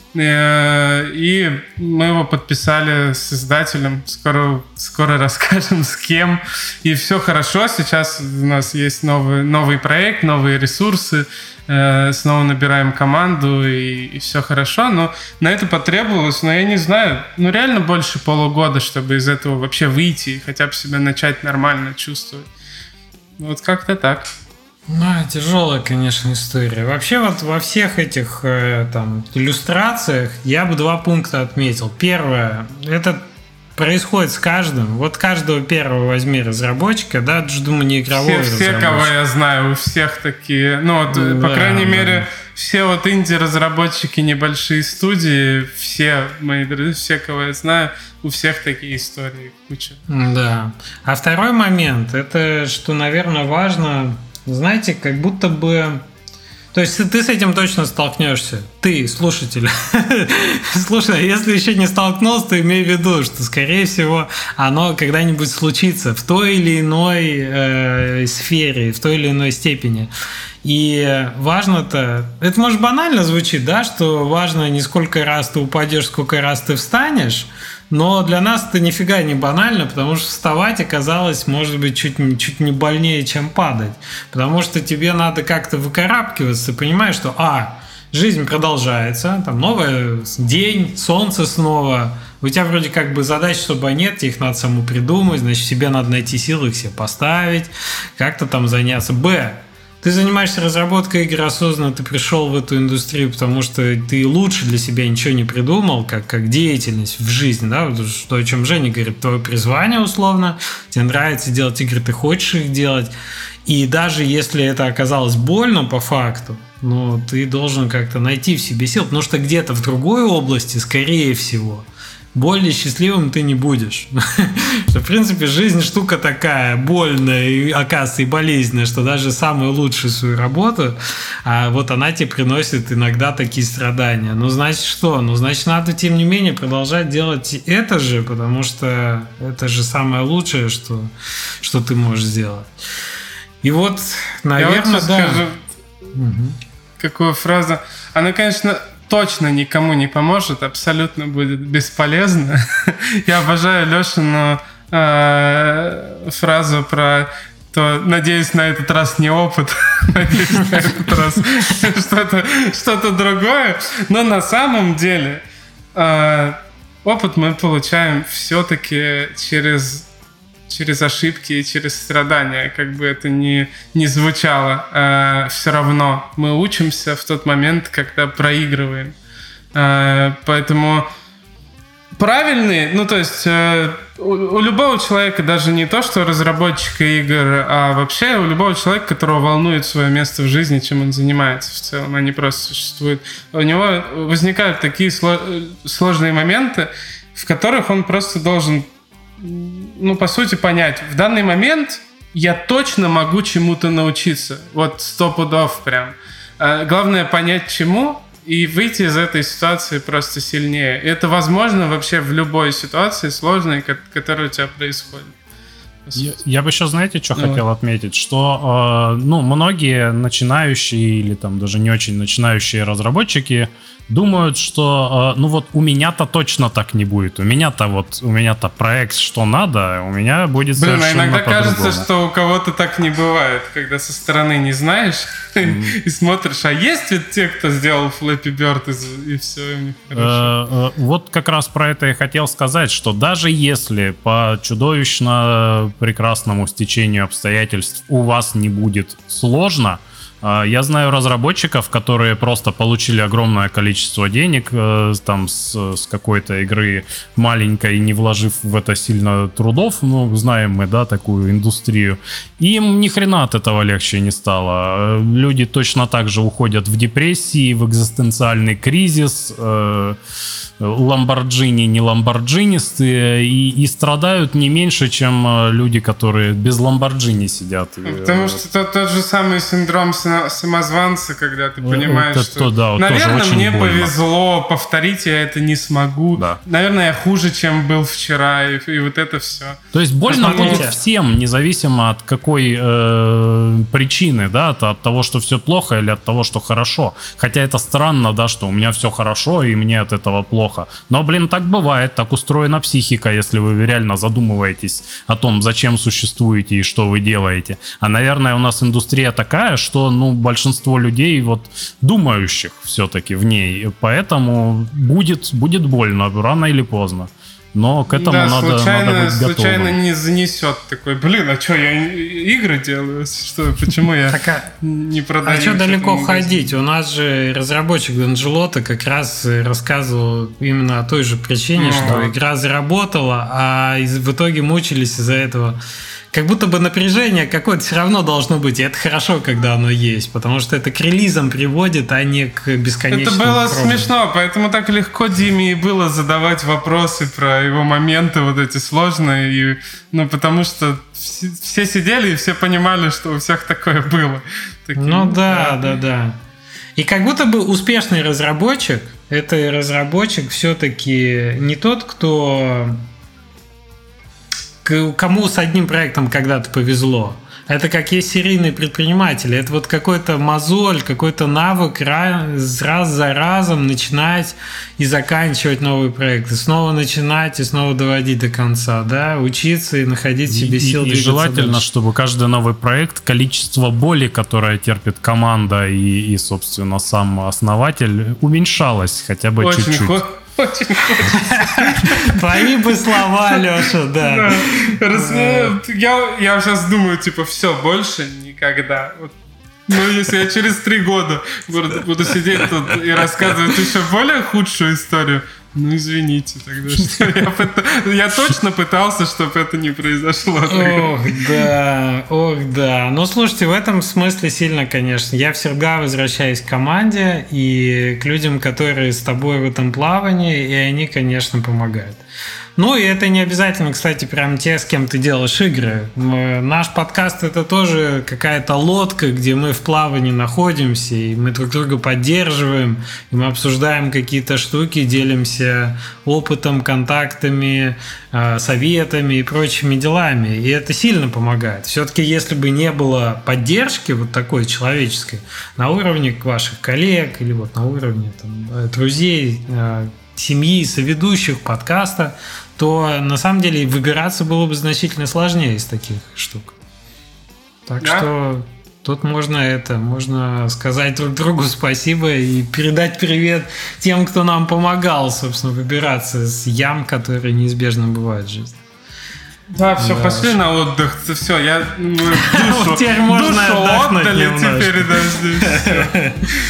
И мы его подписали с издателем. Скоро расскажем, с кем. И все хорошо. Сейчас у нас есть новый проект, новые ресурсы. Снова набираем команду, и все хорошо. Но на это потребовалось, я не знаю, реально больше полугода, чтобы из этого вообще выйти и хотя бы себя начать нормально чувствовать. Вот как-то так. Тяжелая, конечно, история. Вообще во всех этих иллюстрациях я бы 2 пункта отметил. Первое, это происходит с каждым. Вот каждого первого возьми разработчика, думаю, не игровой разработчик. Все, кого я знаю, у всех такие, по крайней мере, все инди-разработчики, небольшие студии, все мои друзья, все, кого я знаю, у всех такие истории, куча. Да. А второй момент, это, что, наверное, важно, знаете, как будто бы... То есть ты с этим точно столкнешься. Ты, слушатель. Слушай, если еще не столкнулся, то имей в виду, что, скорее всего, оно когда-нибудь случится в той или иной сфере, в той или иной степени. И важно-то... Это, может, банально звучит, да, что важно не сколько раз ты упадешь, сколько раз ты встанешь, но для нас это нифига не банально, потому что вставать оказалось, может быть, чуть не больнее, чем падать. Потому что тебе надо как-то выкарабкиваться, понимаешь, что жизнь продолжается, там новый день, солнце снова. У тебя вроде как бы задач особо нет, тебе их надо саму придумать, значит, себе надо найти силы их себе поставить, как-то там заняться. Ты занимаешься разработкой игр осознанно, ты пришел в эту индустрию, потому что ты лучше для себя ничего не придумал, как деятельность в жизни, да, что, о чем Женя говорит, твое призвание условно, тебе нравится делать игры, ты хочешь их делать, и даже если это оказалось больно по факту, ты должен как-то найти в себе сил, потому что где-то в другой области, скорее всего, более счастливым ты не будешь. Что, в принципе, жизнь штука такая больная, и, оказывается, и болезненная, что даже самую лучшую свою работу, она тебе приносит иногда такие страдания. Значит что? Значит, надо, тем не менее, продолжать делать это же, потому что это же самое лучшее, что ты можешь сделать. И вот, наверное, скажу, какую фразу. Она, конечно, точно никому не поможет, абсолютно будет бесполезно. Я обожаю Лешину фразу про то, надеюсь, на этот раз не опыт, надеюсь, на этот раз что-то другое. Но на самом деле опыт мы получаем все-таки через ошибки и через страдания, как бы это ни звучало, все равно мы учимся в тот момент, когда проигрываем. Поэтому правильные, ну то есть у любого человека, даже не то, что разработчика игр, а вообще у любого человека, которого волнует свое место в жизни, чем он занимается в целом, они просто существуют, у него возникают такие сложные моменты, в которых он просто должен, ну по сути, понять, в данный момент я точно могу чему-то научиться, вот 100 пудов прям. Главное понять чему, и выйти из этой ситуации просто сильнее. И это возможно вообще в любой ситуации сложной, которая у тебя происходит. Я бы еще, знаете, что хотел отметить? Что многие начинающие или там даже не очень начинающие разработчики думают, что у меня-то точно так не будет. У меня-то проект, что надо, у меня будет совершенно иногда по-другому. кажется, что у кого-то так не бывает, когда со стороны не знаешь и смотришь, а есть ведь те, кто сделал Flappy Bird и все, и у них хорошо. Вот как раз про это я хотел сказать, что даже если по чудовищно прекрасному стечению обстоятельств у вас не будет сложно, я знаю разработчиков, которые просто получили огромное количество денег там с какой-то игры маленькой, не вложив в это сильно трудов, знаем мы, да, такую индустрию, и им ни хрена от этого легче не стало. Люди точно так же уходят в депрессии, в экзистенциальный кризис, ламборджини, не ламборджинисты, и страдают не меньше, чем люди, которые без ламборджини сидят. Потому что тот же самый синдром самозванца, когда ты понимаешь, что, наверное, мне повезло, повторить я это не смогу. Да. Наверное, я хуже, чем был вчера, и вот это все. То есть больно будет всем, независимо от какой причины, да, от того, что все плохо, или от того, что хорошо. Хотя это странно, да, что у меня все хорошо, и мне от этого плохо. Но, так бывает, так устроена психика, если вы реально задумываетесь о том, зачем существуете и что вы делаете. А, наверное, у нас индустрия такая, что, большинство людей думающих все-таки в ней, поэтому будет больно, рано или поздно. Но к этому надо быть готовым. Случайно не занесет такой, а что, я игры делаю? Почему я не продаю? А что далеко ходить? У нас же разработчик Данжелота как раз рассказывал именно о той же причине, что игра заработала, а в итоге мучились из-за этого. Как будто бы напряжение какое-то все равно должно быть, и это хорошо, когда оно есть, потому что это к релизам приводит, а не к бесконечным Это было смешно, поэтому так легко Диме и было задавать вопросы про его моменты вот эти сложные, потому что все сидели и все понимали, что у всех такое было. Да. И как будто бы успешный разработчик, это разработчик все-таки не тот, кому с одним проектом когда-то повезло. Это как есть серийные предприниматели. Это какой-то мозоль, какой-то навык раз за разом начинать и заканчивать новые проекты. Снова начинать и снова доводить до конца. Да? Учиться и находить в себе сил двигаться желательно, дальше. Чтобы каждый новый проект, количество боли, которое терпит команда и собственно, сам основатель, уменьшалось хотя бы чуть-чуть. Очень хочется. Твои бы слова, Леша, да. Я сейчас думаю, все, больше никогда. Если я через 3 года буду сидеть тут и рассказывать еще более худшую историю, извините тогда, что я точно пытался, чтобы это не произошло. Ох, да. Слушайте, в этом смысле сильно, конечно. Я всегда возвращаюсь к команде и к людям, которые с тобой в этом плавании, и они, конечно, помогают. И это не обязательно, кстати, прям те, с кем ты делаешь игры. Наш подкаст – это тоже какая-то лодка, где мы в плавании находимся, и мы друг друга поддерживаем, и мы обсуждаем какие-то штуки, делимся опытом, контактами, советами и прочими делами. И это сильно помогает. Все-таки, если бы не было поддержки такой человеческой на уровне ваших коллег или на уровне друзей, семьи, соведущих подкаста, то на самом деле выбираться было бы значительно сложнее из таких штук. Так что тут можно сказать друг другу спасибо и передать привет тем, кто нам помогал, собственно, выбираться из ям, которые неизбежно бывают в жизни. Да, все, пошли на отдых. Все, я теперь можно отдали, теперь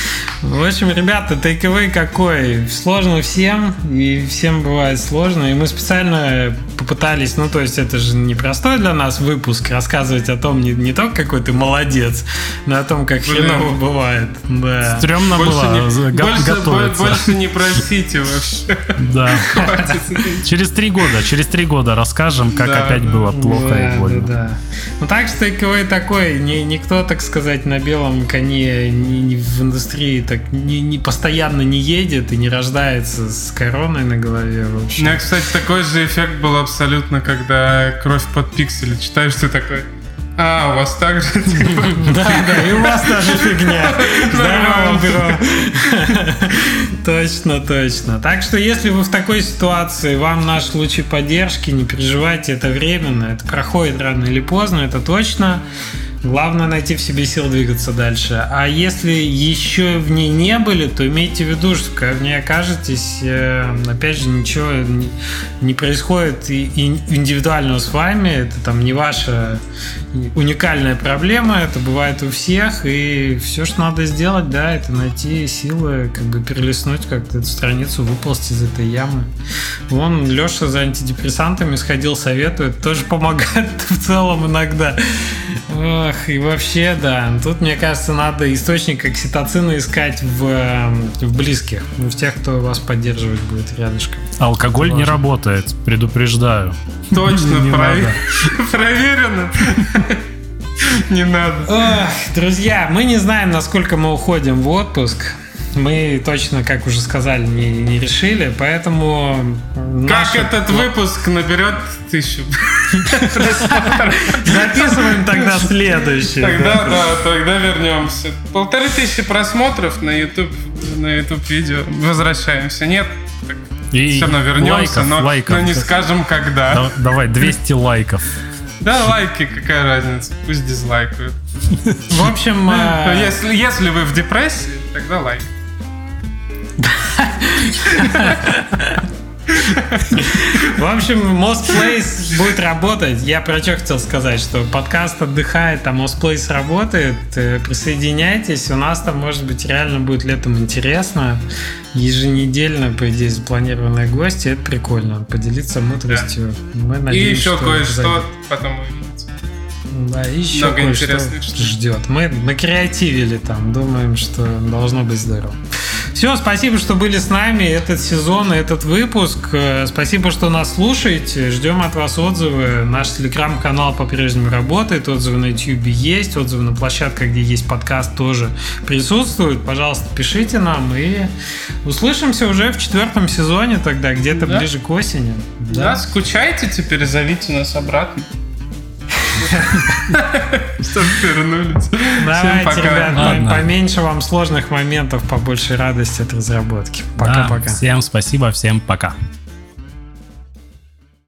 В общем, ребята, тейк-эвэй какой? Сложно всем, и всем бывает сложно. И мы специально попытались, ну, то есть это же непростой для нас выпуск, рассказывать о том, не только какой ты молодец, но о том, как хреново бывает. Да. Стремно было готовиться. Больше не просите вообще. Да. Через 3 года расскажем, как опять было плохо и больно. Да. Ну, так что тейк-эвэй такой, никто, так сказать, на белом коне в индустрии так не постоянно не едет и не рождается с короной на голове. В общем. У меня, кстати, такой же эффект был абсолютно, когда «Кровь под пиксели» читаешь, ты такой... у вас так же? Да, и у вас та же фигня. Здорово, бро. Точно. Так что, если вы в такой ситуации, вам наш лучи поддержки, не переживайте, это временно, это проходит рано или поздно, это точно. Главное найти в себе сил двигаться дальше. А если еще в ней не были, то имейте в виду, что когда в ней окажетесь, опять же, ничего не происходит индивидуального с вами. Это там не ваша уникальная проблема, это бывает у всех. И все, что надо сделать, да, это найти силы, как бы перелистнуть как-то эту страницу, выползти из этой ямы. Вон Леша за антидепрессантами сходил, советует, тоже помогает в целом иногда. И вообще, да, тут, мне кажется, надо источник окситоцина искать в близких, в тех, кто вас поддерживать будет рядышком. Алкоголь не работает, предупреждаю. Точно, проверено. Не надо. Друзья, мы не знаем, насколько мы уходим в отпуск. Мы точно, как уже сказали, не решили, поэтому... Как этот выпуск наберет 1000 просмотров? Записываем тогда следующий. Тогда вернемся. 1500 просмотров на YouTube видео. Возвращаемся. Нет? Все равно вернемся, но не скажем когда. Давай, 200 лайков. Да, лайки, какая разница, пусть дизлайкают. В общем... Если вы в депрессии, тогда лайк. В общем, Most Place будет работать. Я про что хотел сказать, что подкаст отдыхает, а Most Place работает. Присоединяйтесь, у нас там, может быть, реально будет летом интересно. Еженедельно, по идее, запланированные гости. Это прикольно, поделиться мудростью. Мы надеемся, и еще кое-что потом увидите. Да, и еще кое-что ждет. Мы накреативили там, думаем, что должно быть здорово. Все, спасибо, что были с нами этот сезон, этот выпуск. Спасибо, что нас слушаете. Ждем от вас отзывы. Наш телеграм-канал по-прежнему работает. Отзывы на YouTube есть. Отзывы на площадках, где есть подкаст, тоже присутствуют. Пожалуйста, пишите нам. И услышимся уже в 4 сезоне тогда, где-то ближе к осени. Да, скучайте теперь, зовите нас обратно. Чтобы вернулись. Давайте, ребят, поменьше вам сложных моментов, побольше радости от разработки. Пока-пока. Всем спасибо, всем пока.